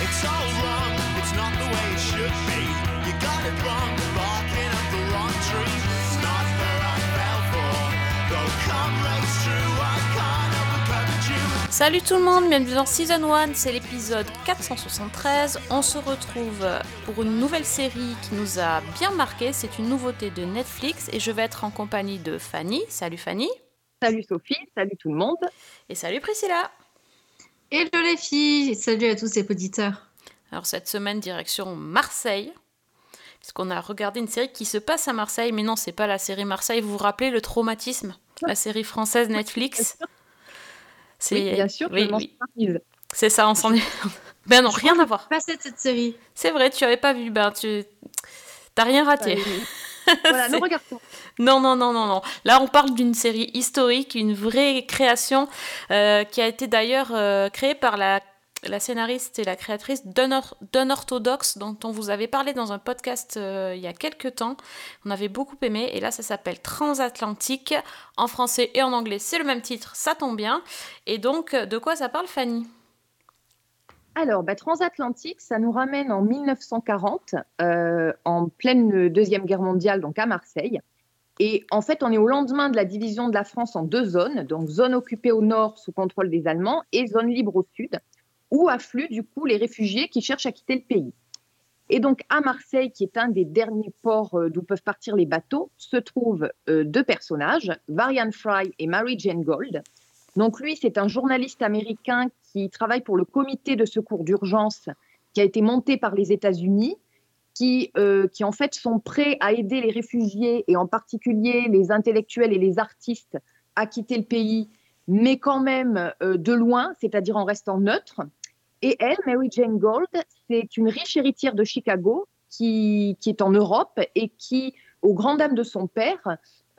It's all wrong, it's not the way it should be. You got it wrong, barking up the wrong tree. It's not her I fell for, though comrades true, I can't help but covet you. Salut tout le monde, bienvenue dans Season 1, c'est l'épisode 473. On se retrouve pour une nouvelle série qui nous a bien marqué, c'est une nouveauté de Netflix et je vais être en compagnie de Fanny. Salut Fanny. Salut Sophie, salut tout le monde. Et salut Priscilla. Hello les filles, salut à tous les auditeurs. Alors cette semaine, direction Marseille, puisqu'on a regardé une série qui se passe à Marseille, mais non, c'est pas la série Marseille, vous vous rappelez le traumatisme, la série française Netflix. C'est... Oui, bien sûr, oui. C'est ça, on s'en est... Ben non, rien à voir. Pas cette série. C'est vrai, tu avais pas vu, ben t'as rien raté. Voilà, ne regarde pas. Non. Là, on parle d'une série historique, une vraie création qui a été d'ailleurs créée par la scénariste et la créatrice d'Unorthodox, dont on vous avait parlé dans un podcast il y a quelques temps. On avait beaucoup aimé, et là, ça s'appelle Transatlantique. En français et en anglais, c'est le même titre, ça tombe bien. Et donc, de quoi ça parle, Fanny ? Alors, Transatlantique, ça nous ramène en 1940, en pleine Deuxième Guerre mondiale, donc à Marseille. Et en fait, on est au lendemain de la division de la France en deux zones, donc zone occupée au nord sous contrôle des Allemands et zone libre au sud, où affluent du coup les réfugiés qui cherchent à quitter le pays. Et donc à Marseille, qui est un des derniers ports d'où peuvent partir les bateaux, se trouvent deux personnages, Varian Fry et Mary Jane Gold. Donc lui, c'est un journaliste américain qui travaille pour le comité de secours d'urgence qui a été monté par les États-Unis, qui en fait sont prêts à aider les réfugiés et en particulier les intellectuels et les artistes à quitter le pays, mais quand même de loin, c'est-à-dire en restant neutre. Et elle, Mary Jane Gold, c'est une riche héritière de Chicago qui est en Europe et qui, aux grandes dames de son père,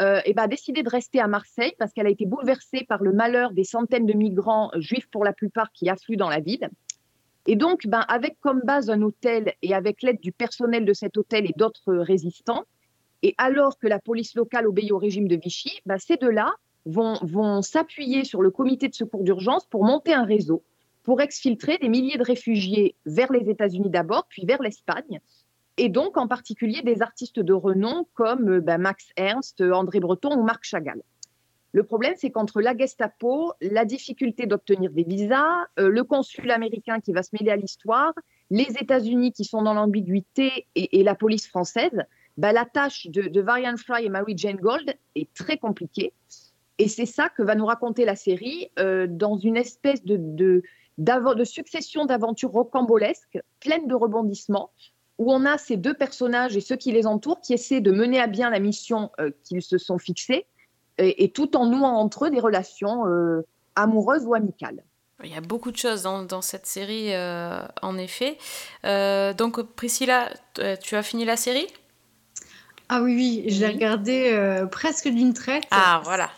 a décidé de rester à Marseille parce qu'elle a été bouleversée par le malheur des centaines de migrants juifs pour la plupart qui affluent dans la ville. Et donc, avec comme base un hôtel et avec l'aide du personnel de cet hôtel et d'autres résistants, et alors que la police locale obéit au régime de Vichy, ces deux-là vont s'appuyer sur le comité de secours d'urgence pour monter un réseau, pour exfiltrer des milliers de réfugiés vers les États-Unis d'abord, puis vers l'Espagne. Et donc, en particulier, des artistes de renom comme Max Ernst, André Breton ou Marc Chagall. Le problème, c'est qu'entre la Gestapo, la difficulté d'obtenir des visas, le consul américain qui va se mêler à l'histoire, les États-Unis qui sont dans l'ambiguïté et la police française, la tâche de Varian Fry et Mary Jane Gold est très compliquée. Et c'est ça que va nous raconter la série dans une espèce de succession d'aventures rocambolesques, pleines de rebondissements, où on a ces deux personnages et ceux qui les entourent qui essaient de mener à bien la mission qu'ils se sont fixée, et tout en nouant entre eux des relations amoureuses ou amicales. Il y a beaucoup de choses dans cette série, en effet. Donc, Priscilla, tu as fini la série ? Ah oui, je l'ai regardée presque d'une traite. Ah, voilà.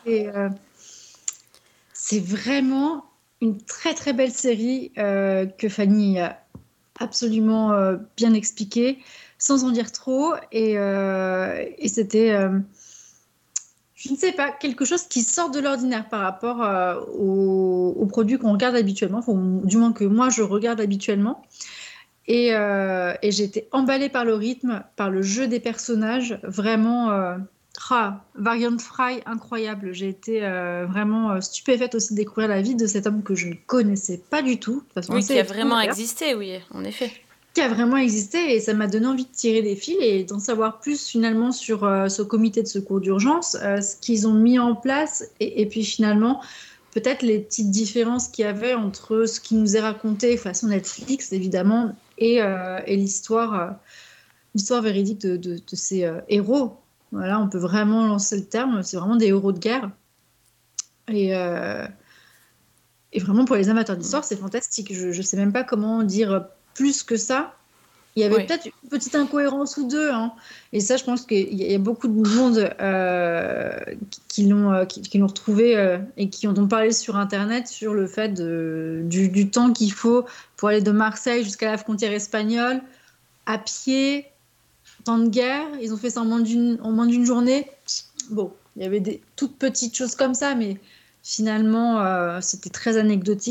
C'est vraiment une très très belle série que Fanny a absolument bien expliquée, sans en dire trop. Et c'était... je ne sais pas, quelque chose qui sort de l'ordinaire par rapport aux produits qu'on regarde habituellement, du moins que moi je regarde habituellement. Et j'ai été emballée par le rythme, par le jeu des personnages, vraiment. Varian Fry, incroyable. J'ai été vraiment stupéfaite aussi de découvrir la vie de cet homme que je ne connaissais pas du tout. De toute façon, oui, qui a vraiment existé, oui, en effet. Qui a vraiment existé, et ça m'a donné envie de tirer des fils et d'en savoir plus finalement sur ce comité de secours d'urgence, ce qu'ils ont mis en place, et puis finalement peut-être les petites différences qu'il y avait entre ce qui nous est raconté façon Netflix évidemment et l'histoire véridique de ces héros. Voilà, on peut vraiment lancer le terme, c'est vraiment des héros de guerre, et vraiment pour les amateurs d'histoire c'est fantastique. Je sais même pas comment dire plus que ça. Il y avait peut-être une petite incohérence ou deux, hein. Et ça, je pense qu'il y a beaucoup de monde qui l'ont retrouvé et qui en ont parlé sur Internet sur le fait du temps qu'il faut pour aller de Marseille jusqu'à la frontière espagnole, à pied, temps de guerre. Ils ont fait ça en moins d'une journée. Bon, il y avait des toutes petites choses comme ça, mais finalement, c'était très anecdotique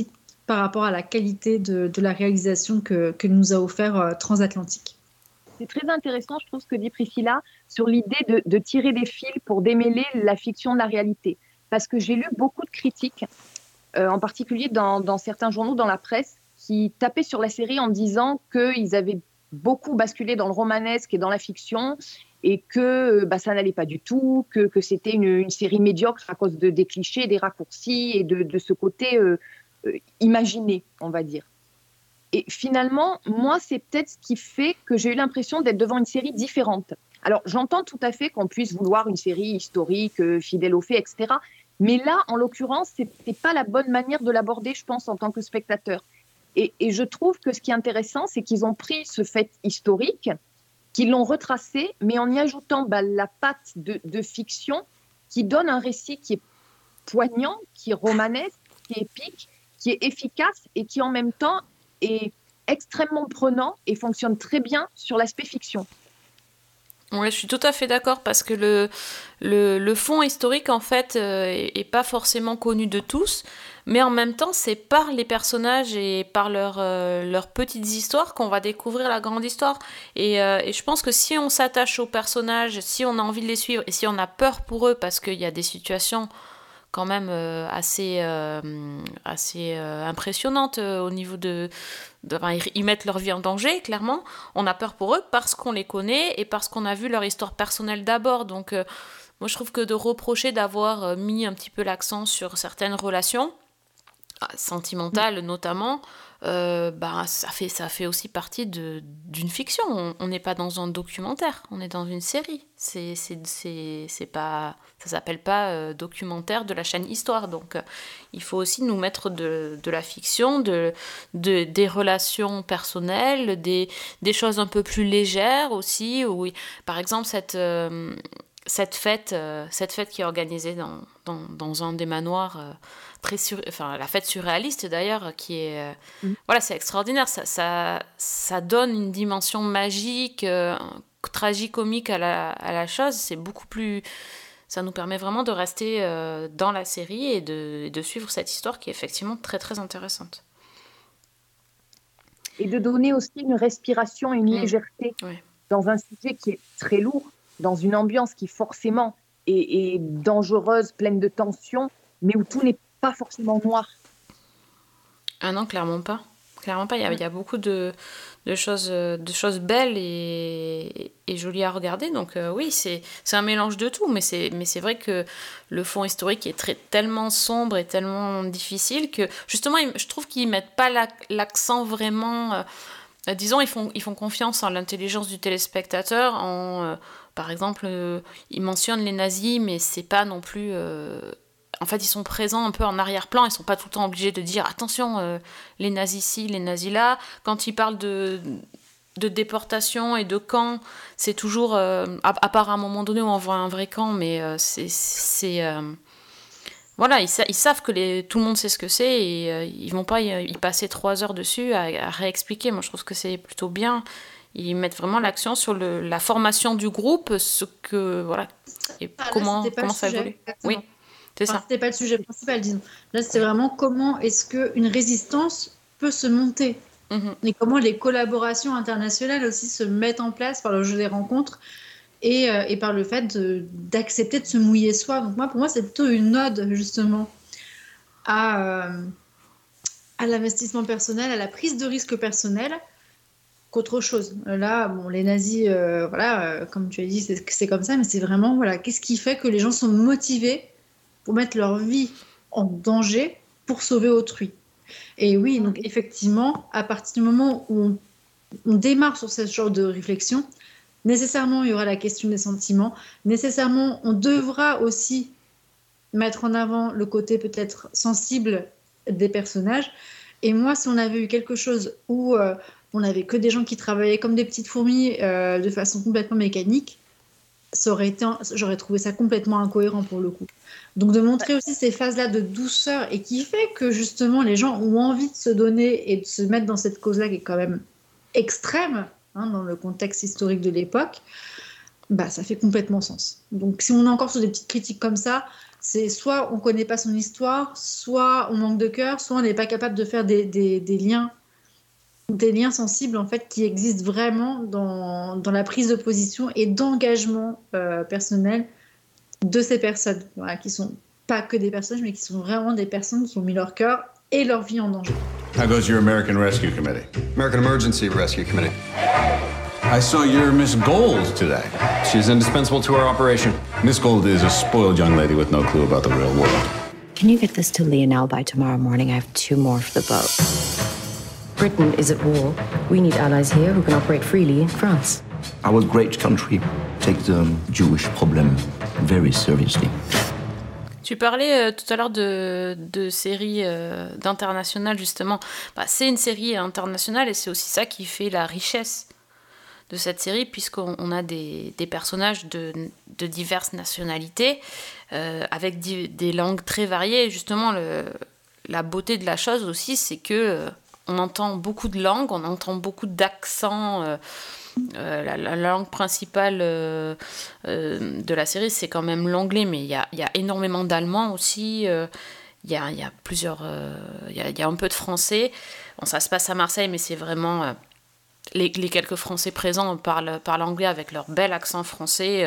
par rapport à la qualité de la réalisation que nous a offert Transatlantique. C'est très intéressant, je trouve, ce que dit Priscilla sur l'idée de tirer des fils pour démêler la fiction de la réalité. Parce que j'ai lu beaucoup de critiques, en particulier dans certains journaux, dans la presse, qui tapaient sur la série en disant qu'ils avaient beaucoup basculé dans le romanesque et dans la fiction et que ça n'allait pas du tout, que c'était une série médiocre à cause des clichés, des raccourcis et de ce côté imaginé, on va dire. Et finalement, moi, c'est peut-être ce qui fait que j'ai eu l'impression d'être devant une série différente. Alors, j'entends tout à fait qu'on puisse vouloir une série historique, fidèle aux faits, etc. Mais là, en l'occurrence, ce n'était pas la bonne manière de l'aborder, je pense, en tant que spectateur. Et je trouve que ce qui est intéressant, c'est qu'ils ont pris ce fait historique, qu'ils l'ont retracé, mais en y ajoutant la patte de fiction qui donne un récit qui est poignant, qui est romanesque, qui est épique, qui est efficace et qui, en même temps, est extrêmement prenant et fonctionne très bien sur l'aspect fiction. Ouais, je suis tout à fait d'accord parce que le fond historique en fait est pas forcément connu de tous, mais en même temps c'est par les personnages et par leurs petites histoires qu'on va découvrir la grande histoire. Et je pense que si on s'attache aux personnages, si on a envie de les suivre et si on a peur pour eux parce qu'il y a des situations quand même assez impressionnantes au niveau ils mettent leur vie en danger, clairement. On a peur pour eux parce qu'on les connaît et parce qu'on a vu leur histoire personnelle d'abord. Donc, moi, je trouve que de reprocher d'avoir mis un petit peu l'accent sur certaines relations, sentimentales notamment, ça fait aussi partie d'une fiction. On n'est pas dans un documentaire, on est dans une série. C'est pas, ça s'appelle pas documentaire de la chaîne Histoire. Donc il faut aussi nous mettre de la fiction, des relations personnelles, des choses un peu plus légères aussi. Par exemple cette fête qui est organisée dans un des manoirs, la fête surréaliste d'ailleurs, qui est voilà, c'est extraordinaire. Ça donne une dimension magique, tragicomique à la chose. C'est beaucoup plus. Ça nous permet vraiment de rester dans la série et de suivre cette histoire qui est effectivement très très intéressante. Et de donner aussi une respiration, une légèreté dans un sujet qui est très lourd, dans une ambiance qui forcément est dangereuse, pleine de tensions, mais où tout n'est pas forcément noir. Ah non, clairement pas. Clairement pas. Il y a beaucoup de choses belles et jolies à regarder. Donc oui, c'est un mélange de tout. Mais c'est vrai que le fond historique est tellement sombre et tellement difficile que justement, je trouve qu'ils mettent pas l'accent vraiment. Disons, ils font confiance en l'intelligence du téléspectateur. Par exemple, ils mentionnent les nazis, mais c'est pas non plus. En fait, ils sont présents un peu en arrière-plan, ils sont pas tout le temps obligés de dire attention, les nazis ci, les nazis là. Quand ils parlent de déportation et de camp, c'est toujours, à part à un moment donné où on voit un vrai camp, mais voilà, ils savent que tout le monde sait ce que c'est et ils vont pas y passer 3 heures dessus à réexpliquer. Moi, je trouve que c'est plutôt bien. Ils mettent vraiment l'accent sur la formation du groupe, comment ça évolue. Oui. C'était pas le sujet principal, disons. Là, c'est vraiment comment est-ce qu'une résistance peut se monter et comment les collaborations internationales aussi se mettent en place par le jeu des rencontres et par le fait d'accepter de se mouiller soi. Donc pour moi, c'est plutôt une ode justement à l'investissement personnel, à la prise de risque personnel qu'autre chose. Là, les nazis, comme tu as dit, c'est comme ça, mais c'est vraiment, voilà, qu'est-ce qui fait que les gens sont motivés pour mettre leur vie en danger pour sauver autrui. Et oui, donc effectivement, à partir du moment où on démarre sur ce genre de réflexion, nécessairement, il y aura la question des sentiments. Nécessairement, on devra aussi mettre en avant le côté peut-être sensible des personnages. Et moi, si on avait eu quelque chose où on n'avait que des gens qui travaillaient comme des petites fourmis de façon complètement mécanique, j'aurais trouvé ça complètement incohérent pour le coup. Donc de montrer aussi ces phases-là de douceur et qui fait que justement les gens ont envie de se donner et de se mettre dans cette cause-là qui est quand même extrême dans le contexte historique de l'époque. bah, ça fait complètement sens. Donc, si on est encore sur des petites critiques comme ça, c'est soit on connaît pas son histoire, soit on manque de cœur, soit on n'est pas capable de faire des liens sensibles en fait qui existent vraiment dans la prise de position et d'engagement personnel de ces personnes, voilà, qui sont pas que des personnages, mais qui sont vraiment des personnes qui ont mis leur cœur et leur vie en danger. How goes your American Rescue Committee? American Emergency Rescue Committee. I saw your Miss Gold today. She's indispensable to our operation. Miss Gold is a spoiled young lady with no clue about the real world. Can you get this to Lionel by tomorrow morning? I have 2 more for the boat. Britain is at war. We need allies here who can operate freely in France. Our great country takes the Jewish problem very seriously. Tu parlais tout à l'heure de séries d'international, justement. Bah, c'est une série internationale et c'est aussi ça qui fait la richesse de cette série, puisqu'on a des personnages de diverses nationalités, avec des langues très variées. Et justement, la beauté de la chose aussi, c'est que on entend beaucoup de langues, on entend beaucoup d'accents. La langue principale de la série, c'est quand même l'anglais, mais il y a énormément d'allemand aussi. Il y a plusieurs... Il y a un peu de français. Bon, ça se passe à Marseille, mais c'est vraiment... les quelques Français présents parlent anglais avec leur bel accent français.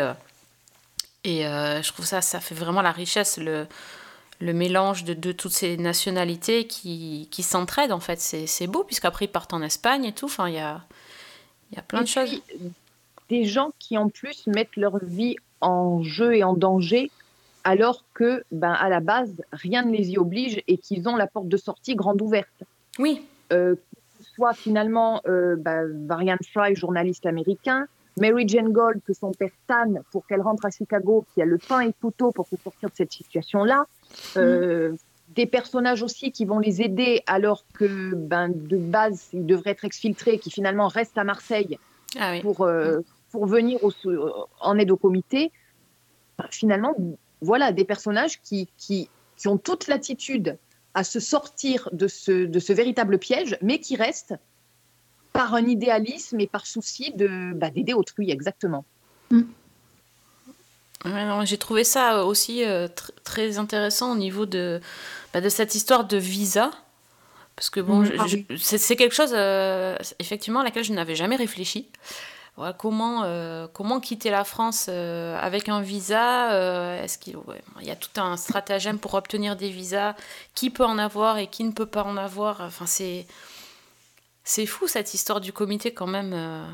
Et je trouve ça fait vraiment la richesse, le mélange de toutes ces nationalités qui s'entraident, en fait. C'est beau, puisqu'après, ils partent en Espagne et tout. Enfin, il y a plein de choses. Des gens qui, en plus, mettent leur vie en jeu et en danger, alors que, à la base, rien ne les y oblige et qu'ils ont la porte de sortie grande ouverte. Oui. Que ce soit finalement Varian Fry, journaliste américain, Mary Jane Gold, que son père tanne pour qu'elle rentre à Chicago, qui a le pain et le couteau pour se sortir de cette situation-là. Des personnages aussi qui vont les aider alors que de base ils devraient être exfiltrés, qui finalement restent à Marseille pour venir en aide au comité. Finalement, voilà des personnages qui ont toute l'attitude à se sortir de ce véritable piège, mais qui restent par un idéalisme et par souci d'aider autrui, exactement. Ouais, non, j'ai trouvé ça aussi très intéressant au niveau de cette histoire de visa, parce que bon, c'est quelque chose effectivement à laquelle je n'avais jamais réfléchi. Ouais, comment quitter la France avec un visa, est-ce qu'il y a tout un stratagème pour obtenir des visas, qui peut en avoir et qui ne peut pas en avoir. Enfin, c'est fou cette histoire du comité quand même.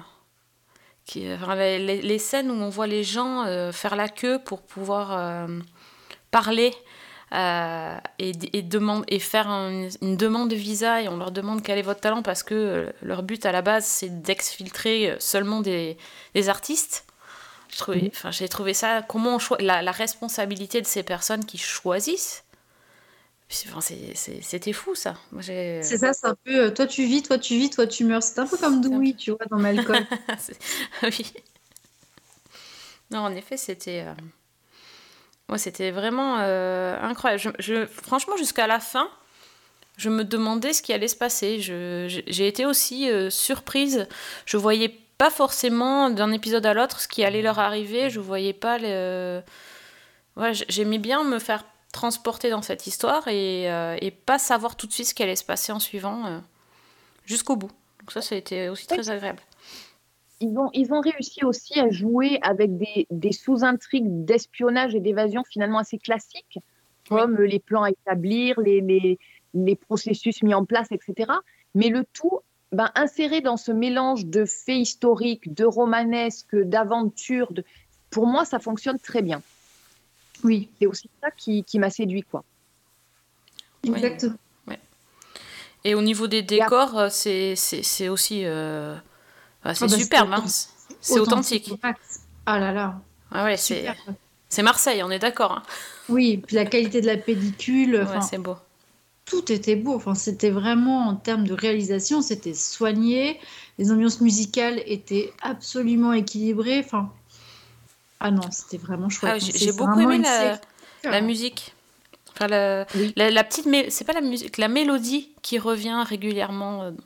Les scènes où on voit les gens faire la queue pour pouvoir parler et faire une demande de visa, et on leur demande quel est votre talent, parce que leur but à la base c'est d'exfiltrer seulement des artistes. J'ai trouvé ça, comment la responsabilité de ces personnes qui choisissent. C'était fou, ça. C'est ça, c'est un peu toi tu vis, toi tu meurs. C'est un peu comme Dewey, tu vois, dans Malcolm. Oui. Non, en effet, c'était vraiment incroyable. Franchement, jusqu'à la fin, je me demandais ce qui allait se passer. J'ai été aussi surprise. Je voyais pas forcément d'un épisode à l'autre ce qui allait leur arriver. Je voyais pas j'aimais bien me faire transporter dans cette histoire et pas savoir tout de suite ce qui allait se passer en suivant jusqu'au bout. Donc ça a été aussi très agréable. Ils ont réussi aussi à jouer avec des sous-intrigues d'espionnage et d'évasion finalement assez classiques, comme les plans à établir, les processus mis en place, etc. Mais le tout inséré dans ce mélange de faits historiques, de romanesques, d'aventures. Pour moi, ça fonctionne très bien. Oui. C'est aussi ça qui m'a séduit, quoi. Exactement. Ouais. Et au niveau des décors, c'est aussi... c'est superbe, hein. C'est authentique. Ah là là. Ah ouais, c'est Marseille, on est d'accord. Hein. Oui, puis la qualité de la pellicule. C'est beau. Tout était beau. C'était vraiment, en termes de réalisation, c'était soigné. Les ambiances musicales étaient absolument équilibrées. Ah non, c'était vraiment chouette. J'ai beaucoup aimé la musique. Enfin, la petite... c'est pas la musique, la mélodie qui revient régulièrement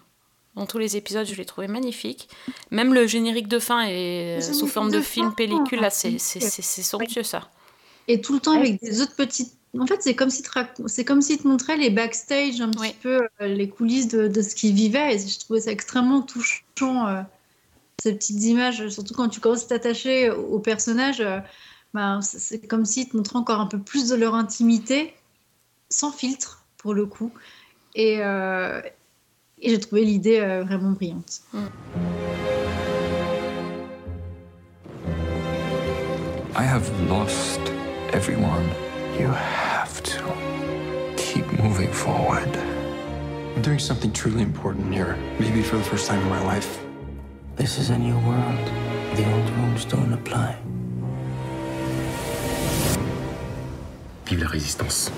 Dans tous les épisodes, je l'ai trouvé magnifique. Même le générique de fin est sous forme de film pellicule, là, c'est somptueux, ça. Et tout le temps avec des autres petites... En fait, c'est comme si te montrait les backstage, un petit peu les coulisses de ce qu'ils vivaient. Et je trouvais ça extrêmement touchant, ces petites images. Surtout quand tu commences à t'attacher aux personnages, c'est comme s'ils te montraient encore un peu plus de leur intimité, sans filtre, pour le coup. Et j'ai trouvé l'idée vraiment brillante. I have lost everyone. You have to keep moving forward. I'm doing something truly important here, maybe for the first time in my life. This is a new world. The old rules don't apply. Vive la résistance.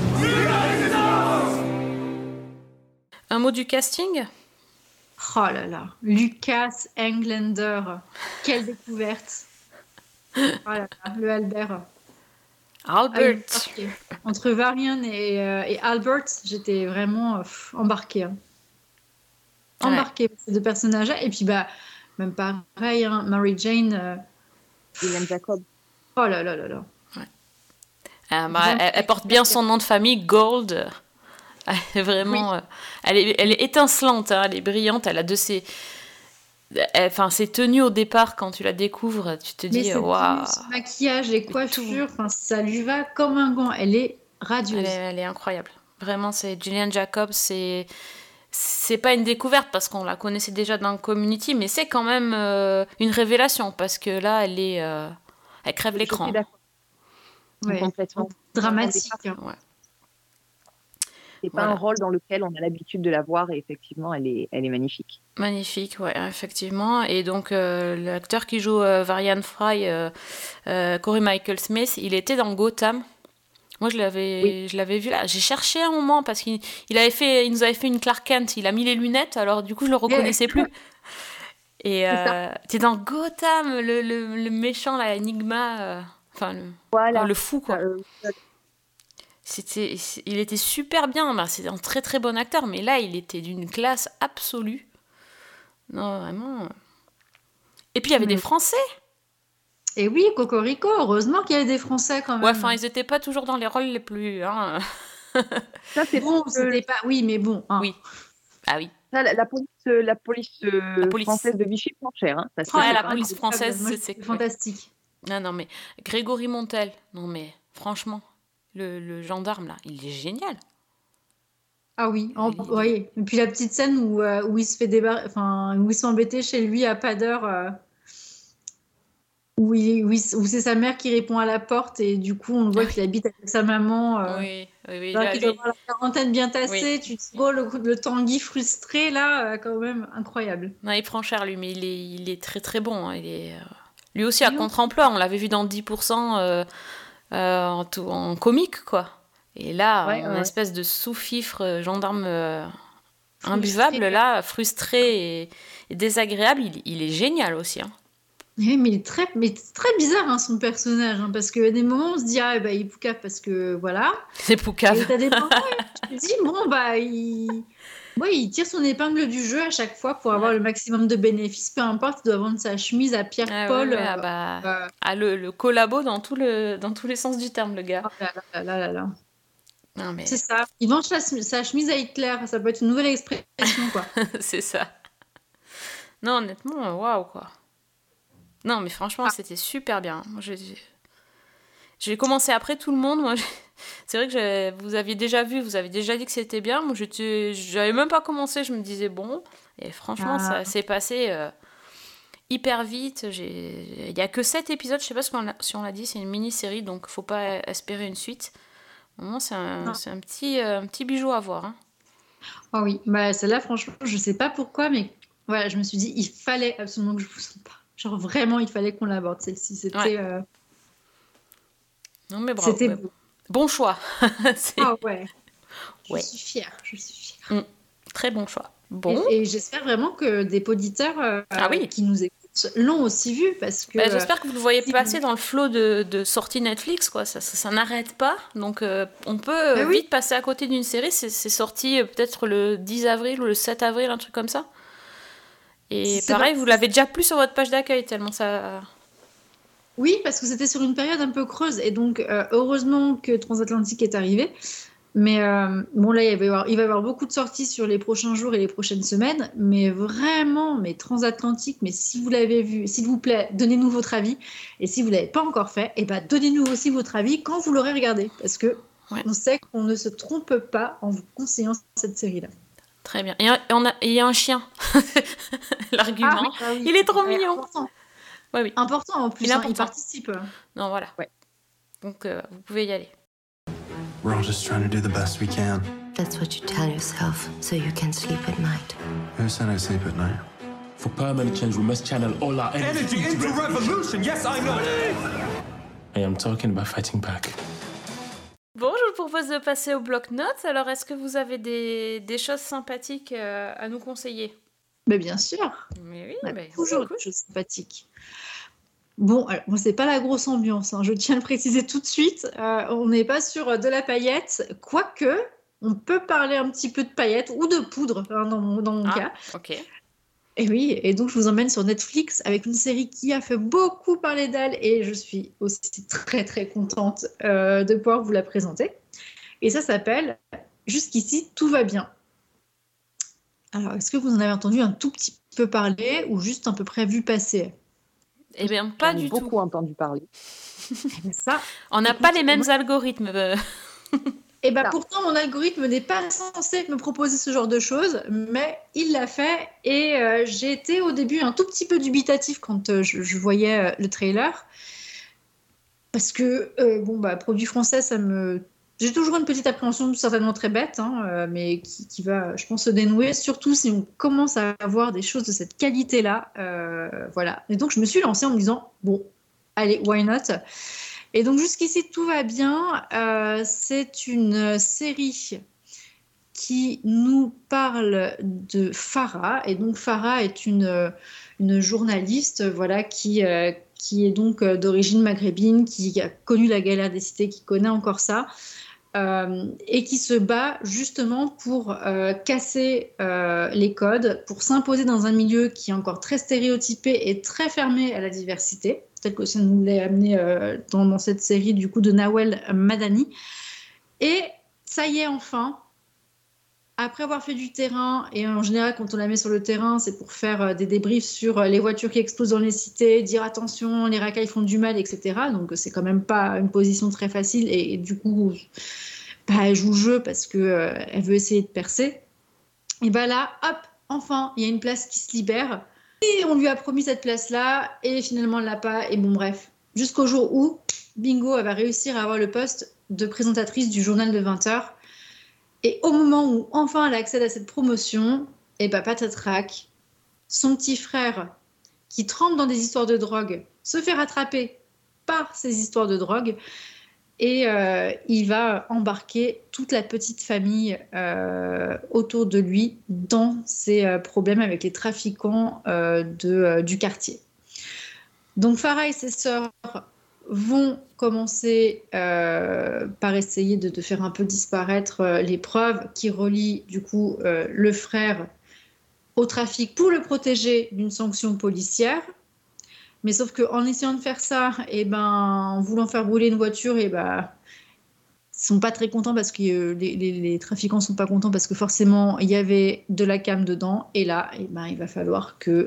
Un mot du casting ? Oh là là, Lucas Englander, quelle découverte. Oh là là, le Albert. Albert. Entre Varian et Albert, j'étais vraiment embarquée. Embarquée par ces deux personnages-là. Et puis, même pareil, Mary Jane. Gillian Jacob. Oh là là là là. Elle porte bien son nom de famille, Gold. Elle est vraiment... elle est étincelante, hein, elle est brillante. Elle a ses tenues au départ, quand tu la découvres, tu te dis, waouh. Son maquillage, les coiffures, ça lui va comme un gant. Elle est radieuse. Elle est incroyable. Vraiment, c'est Gillian Jacobs, c'est pas une découverte parce qu'on la connaissait déjà dans Community, mais c'est quand même une révélation parce que là, elle crève l'écran. Complètement dramatique. Ouais. C'est pas un rôle dans lequel on a l'habitude de la voir et effectivement, elle est magnifique. Magnifique, ouais, effectivement. Et donc, l'acteur qui joue Varian Fry, Corey Michael Smith, il était dans Gotham. Moi, je l'avais vu là. J'ai cherché un moment parce qu'il nous avait fait une Clark Kent. Il a mis les lunettes, alors du coup, je le reconnaissais plus. Et t'es dans Gotham, le méchant, là, Enigma, le fou, quoi. Il était super bien, c'est un très très bon acteur, mais là il était d'une classe absolue. Non, vraiment. Et puis il y avait des Français. Et oui, Cocorico, heureusement qu'il y avait des Français quand même. Ouais, enfin ils n'étaient pas toujours dans les rôles les plus... Hein. Ça, c'est bon, c'était pas... Oui, mais bon. Hein. Oui. Ah oui. Ça, la police française de Vichy prend cher. Hein. La police française, c'est fantastique. Non, mais Grégory Montel, non mais franchement... Le gendarme, là, il est génial. Ah oui, oui. Et puis la petite scène où il se fait où ils sont embêtés chez lui à pas d'heure, où c'est sa mère qui répond à la porte et du coup on voit qu'il habite avec sa maman. Oui. Il doit avoir la quarantaine bien tassée, tu te dis, le Tanguy frustré, là, quand même, incroyable. Non, il prend cher, lui, mais il est très très bon. Hein. Il est, lui aussi à contre-emploi, on l'avait vu dans 10%... en comique, quoi. Et là, en espèce de sous-fifre gendarme imbuvable, là, frustré et désagréable, il est génial aussi. Hein. Oui, mais c'est très bizarre, hein, son personnage, hein, parce qu'à des moments, on se dit, il est poucave parce que, voilà. C'est poucave. Et t'as des moments où tu te dis, il tire son épingle du jeu à chaque fois pour avoir le maximum de bénéfices, peu importe, il doit vendre sa chemise à Pierre-Paul. Le collabo dans tous les sens du terme, le gars. Oh là. Non, mais... C'est ça. Il vend sa chemise à Hitler, ça peut être une nouvelle expression, quoi. C'est ça. Non, honnêtement, waouh, quoi. Non, mais franchement, c'était super bien. Moi, j'ai commencé après tout le monde. Moi, c'est vrai que vous aviez déjà dit que c'était bien. Moi, j'avais même pas commencé. Je me disais bon. Et franchement, ça s'est passé hyper vite. Il y a que 7 épisodes. Je sais pas si on l'a dit. C'est une mini-série, donc faut pas espérer une suite. Vraiment, c'est un petit bijou à voir. Hein. Oh oui. Celle-là, franchement, je sais pas pourquoi, mais voilà, je me suis dit, il fallait absolument que je vous sente pas. Genre vraiment, il fallait qu'on l'aborde. Celle-ci, c'était. Non mais bravo. C'était bon choix. Ah ouais. Je suis fière. Très bon choix. Bon. Et j'espère vraiment que des auditeurs qui nous écoutent l'ont aussi vu parce que. J'espère que vous le voyez passer dans le flot de sorties Netflix, quoi. Ça n'arrête pas. Donc on peut vite passer à côté d'une série. C'est sorti peut-être le 10 avril ou le 7 avril, un truc comme ça. Et C'est pareil, vrai. vous l'avez déjà plus sur votre page d'accueil, tellement ça... Oui, parce que c'était sur une période un peu creuse. Et donc, heureusement que Transatlantique est arrivé. Mais bon, là, il va y avoir beaucoup de sorties sur les prochains jours et les prochaines semaines. Mais vraiment, mais Transatlantique, mais si vous l'avez vu, s'il vous plaît, donnez-nous votre avis. Et si vous ne l'avez pas encore fait, eh ben, donnez-nous aussi votre avis quand vous l'aurez regardé. Parce que on sait qu'on ne se trompe pas en vous conseillant cette série-là. Très bien. Et il y a un chien. L'argument. Oui. Il est trop Ouais, mignon. Important. Ouais, oui. Important en plus, Il est il important. participe. Non, voilà. Ouais. Donc, vous pouvez y aller. We're all just trying to do the best we can. That's what you tell yourself so you can sleep at night. Who said I sleep at night? For permanent change, we must channel all our energy into revolution. Yes, I know. I am talking about fighting back. Bon, je vous propose de passer au bloc-notes. Alors, est-ce que vous avez des choses sympathiques à nous conseiller? Mais bien sûr. Mais oui, On a mais toujours des choses sympathiques. Bon, alors, moi, c'est pas la grosse ambiance, hein, je tiens à le préciser tout de suite. On n'est pas sur de la paillette, quoique on peut parler un petit peu de paillettes ou de poudre, hein, dans mon cas. Ok. Et oui, et donc je vous emmène sur Netflix avec une série qui a fait beaucoup parler d'elle et je suis aussi très très contente de pouvoir vous la présenter. Et ça s'appelle Jusqu'ici, tout va bien. Alors, est-ce que vous en avez entendu un tout petit peu parler ou juste à peu près vu passer? Eh bien, pas J'en ai du tout. beaucoup entendu parler. Ça, On n'a pas les mêmes algorithmes. et ben Ça. pourtant, mon algorithme n'est pas censé me proposer ce genre de choses, mais il l'a fait et j'ai été au début un tout petit peu dubitatif quand je voyais le trailer. Parce que, produit français, j'ai toujours une petite appréhension, certainement très bête, hein, mais qui va, je pense, se dénouer, surtout si on commence à avoir des choses de cette qualité-là. Voilà. Et donc, je me suis lancée en me disant, bon, allez, why not? Et donc, jusqu'ici, tout va bien. C'est une série qui nous parle de Farah. Et donc, Farah est une journaliste, voilà, qui est donc d'origine maghrébine, qui a connu la galère des cités, qui connaît encore ça, et qui se bat justement pour casser les codes, pour s'imposer dans un milieu qui est encore très stéréotypé et très fermé à la diversité, tel que ça nous l'a amené dans cette série du coup de Nawel Madani. Et ça y est, enfin, après avoir fait du terrain, et en général, quand on la met sur le terrain, c'est pour faire des débriefs sur les voitures qui explosent dans les cités, dire attention, les racailles font du mal, etc. Donc, c'est quand même pas une position très facile. Et du coup, elle joue le jeu parce qu'elle veut essayer de percer. Et bien là, hop, enfin, il y a une place qui se libère. Et on lui a promis cette place-là, et finalement, elle l'a pas. Et bon, bref, jusqu'au jour où, bingo, elle va réussir à avoir le poste de présentatrice du journal de 20h. Et au moment où enfin elle accède à cette promotion, et patatrac, son petit frère qui trempe dans des histoires de drogue se fait rattraper par ces histoires de drogue et il va embarquer toute la petite famille autour de lui dans ses problèmes avec les trafiquants du quartier. Donc Farah et ses sœurs vont commencer par essayer de faire un peu disparaître les preuves qui relient du coup le frère au trafic pour le protéger d'une sanction policière. Mais sauf qu'en essayant de faire ça, en voulant faire brûler une voiture, ils sont pas très contents parce que les trafiquants sont pas contents parce que forcément il y avait de la cam dedans. Et là, il va falloir que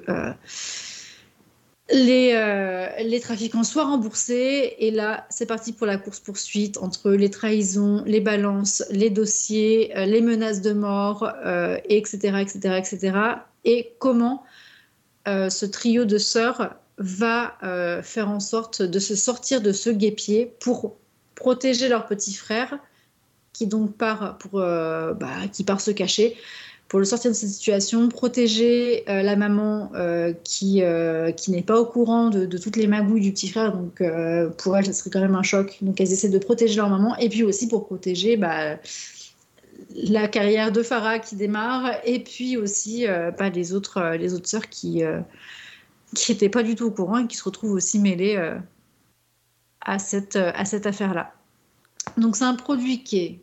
les trafiquants soient remboursés. Et là, c'est parti pour la course-poursuite entre les trahisons, les balances, les dossiers, les menaces de mort, etc., etc., etc. Et comment ce trio de sœurs va faire en sorte de se sortir de ce guêpier pour protéger leur petit frère qui donc part se cacher, pour le sortir de cette situation, protéger la maman qui n'est pas au courant de toutes les magouilles du petit frère, donc pour elle ça serait quand même un choc, donc elles essaient de protéger leur maman, et puis aussi pour protéger la carrière de Farah qui démarre, et puis aussi les autres sœurs qui n'étaient pas du tout au courant et qui se retrouvent aussi mêlées à cette affaire-là. Donc c'est un produit qui est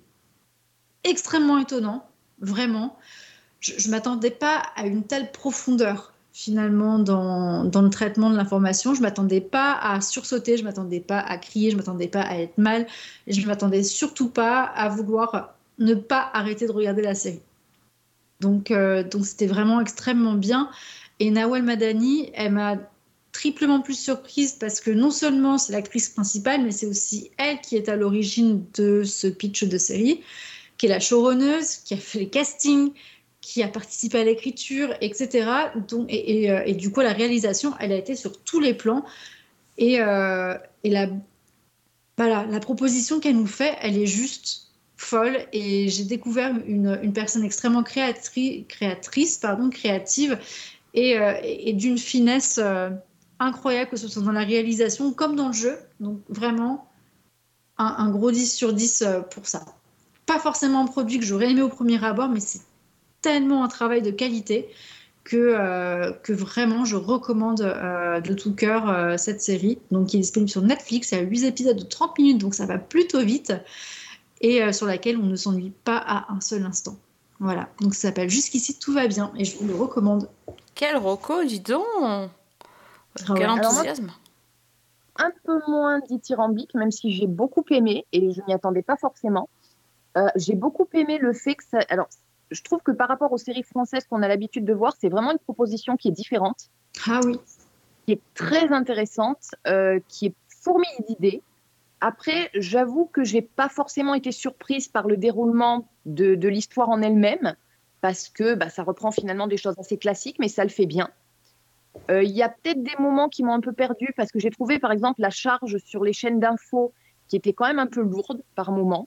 extrêmement étonnant, vraiment. Je ne m'attendais pas à une telle profondeur. finalement dans le traitement de l'information. Je m'attendais pas à sursauter, je m'attendais pas à crier, je m'attendais pas à être mal, et je m'attendais surtout pas à vouloir ne pas arrêter de regarder la série. Donc c'était vraiment extrêmement bien. Et Nawal Madani, elle m'a triplement plus surprise parce que non seulement c'est l'actrice principale, mais c'est aussi elle qui est à l'origine de ce pitch de série, qui est la showrunneuse, qui a fait les castings, qui a participé à l'écriture, etc. Donc, et du coup, la réalisation, elle a été sur tous les plans. Et la proposition qu'elle nous fait, elle est juste folle. Et j'ai découvert une personne extrêmement créative, et d'une finesse incroyable, que ce soit dans la réalisation comme dans le jeu. Donc vraiment, un gros 10 sur 10 pour ça. Pas forcément un produit que j'aurais aimé au premier abord, mais c'est tellement un travail de qualité que vraiment je recommande de tout cœur cette série. Donc qui est disponible sur Netflix, il y a 8 épisodes de 30 minutes, donc ça va plutôt vite, et sur laquelle on ne s'ennuie pas à un seul instant. Voilà, donc ça s'appelle Jusqu'ici tout va bien, et je vous le recommande. Quel reco, dis donc. Quel enthousiasme. Un peu moins dithyrambique, même si j'ai beaucoup aimé, et je n'y attendais pas forcément. J'ai beaucoup aimé le fait que ça... Alors, je trouve que par rapport aux séries françaises qu'on a l'habitude de voir, c'est vraiment une proposition qui est différente. Ah oui. Qui est très intéressante, qui est fourmille d'idées. Après, j'avoue que je n'ai pas forcément été surprise par le déroulement de l'histoire en elle-même, parce que ça reprend finalement des choses assez classiques, mais ça le fait bien. Il y a peut-être des moments qui m'ont un peu perdue, parce que j'ai trouvé par exemple la charge sur les chaînes d'infos qui était quand même un peu lourde par moments.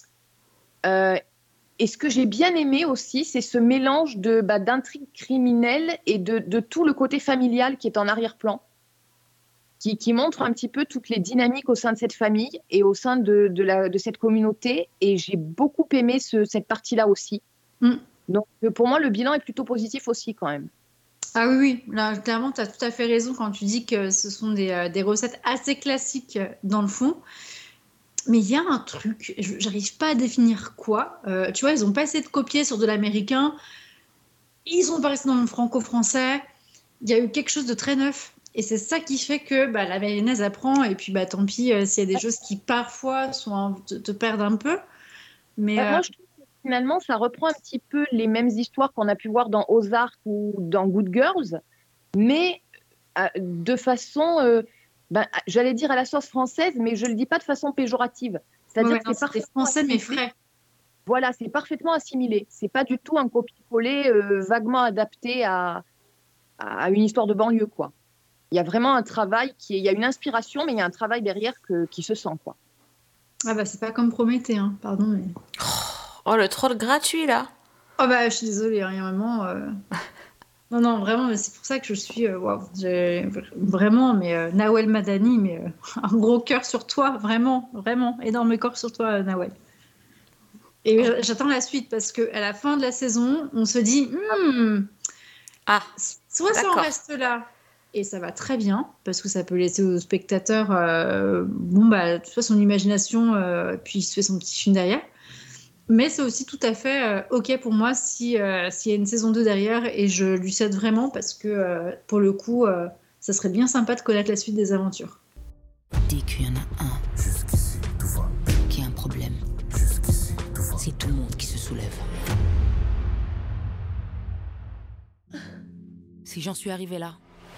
Et ce que j'ai bien aimé aussi, c'est ce mélange d'intrigues criminelles et de tout le côté familial qui est en arrière-plan, qui montre un petit peu toutes les dynamiques au sein de cette famille et au sein de cette communauté. Et j'ai beaucoup aimé cette partie-là aussi. Donc pour moi, le bilan est plutôt positif aussi quand même. Ah oui, là, clairement, tu as tout à fait raison quand tu dis que ce sont des recettes assez classiques dans le fond. Mais il y a un truc, j'arrive pas à définir quoi. Tu vois, ils ont pas essayé de copier sur de l'américain. Ils sont pas restés dans le franco-français. Il y a eu quelque chose de très neuf. Et c'est ça qui fait que la mayonnaise apprend. Et puis tant pis s'il y a des choses qui parfois te perdent un peu. Mais moi, je trouve que finalement, ça reprend un petit peu les mêmes histoires qu'on a pu voir dans Ozark ou dans Good Girls, mais de façon... j'allais dire à la sauce française, mais je ne le dis pas de façon péjorative. C'est-à-dire que c'est parfaitement français, mais frais. Voilà, c'est parfaitement assimilé. Ce n'est pas du tout un copier-coller vaguement adapté à une histoire de banlieue, quoi. Il y a vraiment un travail, il y a une inspiration, mais il y a un travail derrière qui se sent, quoi. Ah c'est pas comme Prométhée, hein, pardon. Mais... Oh, le troll gratuit, là. Oh je suis désolée, il y a vraiment... Non, vraiment, mais c'est pour ça que je suis... vraiment, mais Nawal Madani, mais un gros cœur sur toi, vraiment, énorme cœur sur toi, Nawal. Et j'attends la suite, parce qu'à la fin de la saison, on se dit, soit ça en reste là, et ça va très bien, parce que ça peut laisser aux spectateurs, son imagination, puis il se fait son petit film derrière. Mais c'est aussi tout à fait OK pour moi s'il y a une saison 2 derrière, et je lui cède vraiment parce que pour le coup, ça serait bien sympa de connaître la suite des aventures. Dès qu'il y en a un Jusqu'ici, tout va. qui a un problème, Jusqu'ici, tout va. c'est tout le monde qui se soulève. Si j'en suis arrivée là,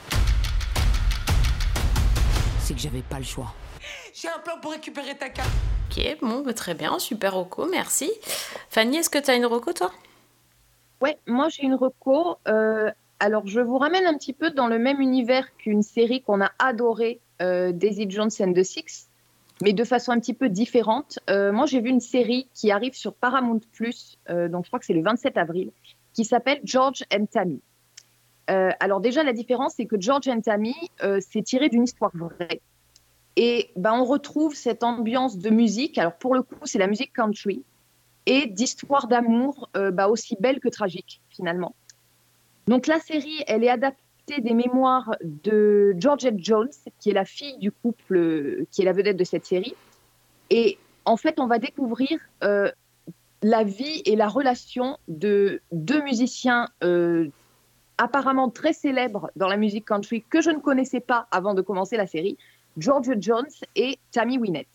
c'est que j'avais pas le choix. J'ai un plan pour récupérer ta carte. Ok, bon, très bien, super reco, merci. Fanny, est-ce que tu as une reco, toi ? Ouais, moi j'ai une reco. Alors je vous ramène un petit peu dans le même univers qu'une série qu'on a adorée, Daisy Jones and the Six, mais de façon un petit peu différente. Moi j'ai vu une série qui arrive sur Paramount+, donc je crois que c'est le 27 avril, qui s'appelle George and Tammy. Alors déjà la différence, c'est que George and Tammy, c'est tiré d'une histoire vraie. Et on retrouve cette ambiance de musique, alors pour le coup c'est la musique country, et d'histoires d'amour aussi belles que tragiques finalement. Donc la série, elle est adaptée des mémoires de Georgette Jones, qui est la fille du couple qui est la vedette de cette série. Et en fait on va découvrir la vie et la relation de deux musiciens apparemment très célèbres dans la musique country que je ne connaissais pas avant de commencer la série, Georgia Jones et Tammy Wynette.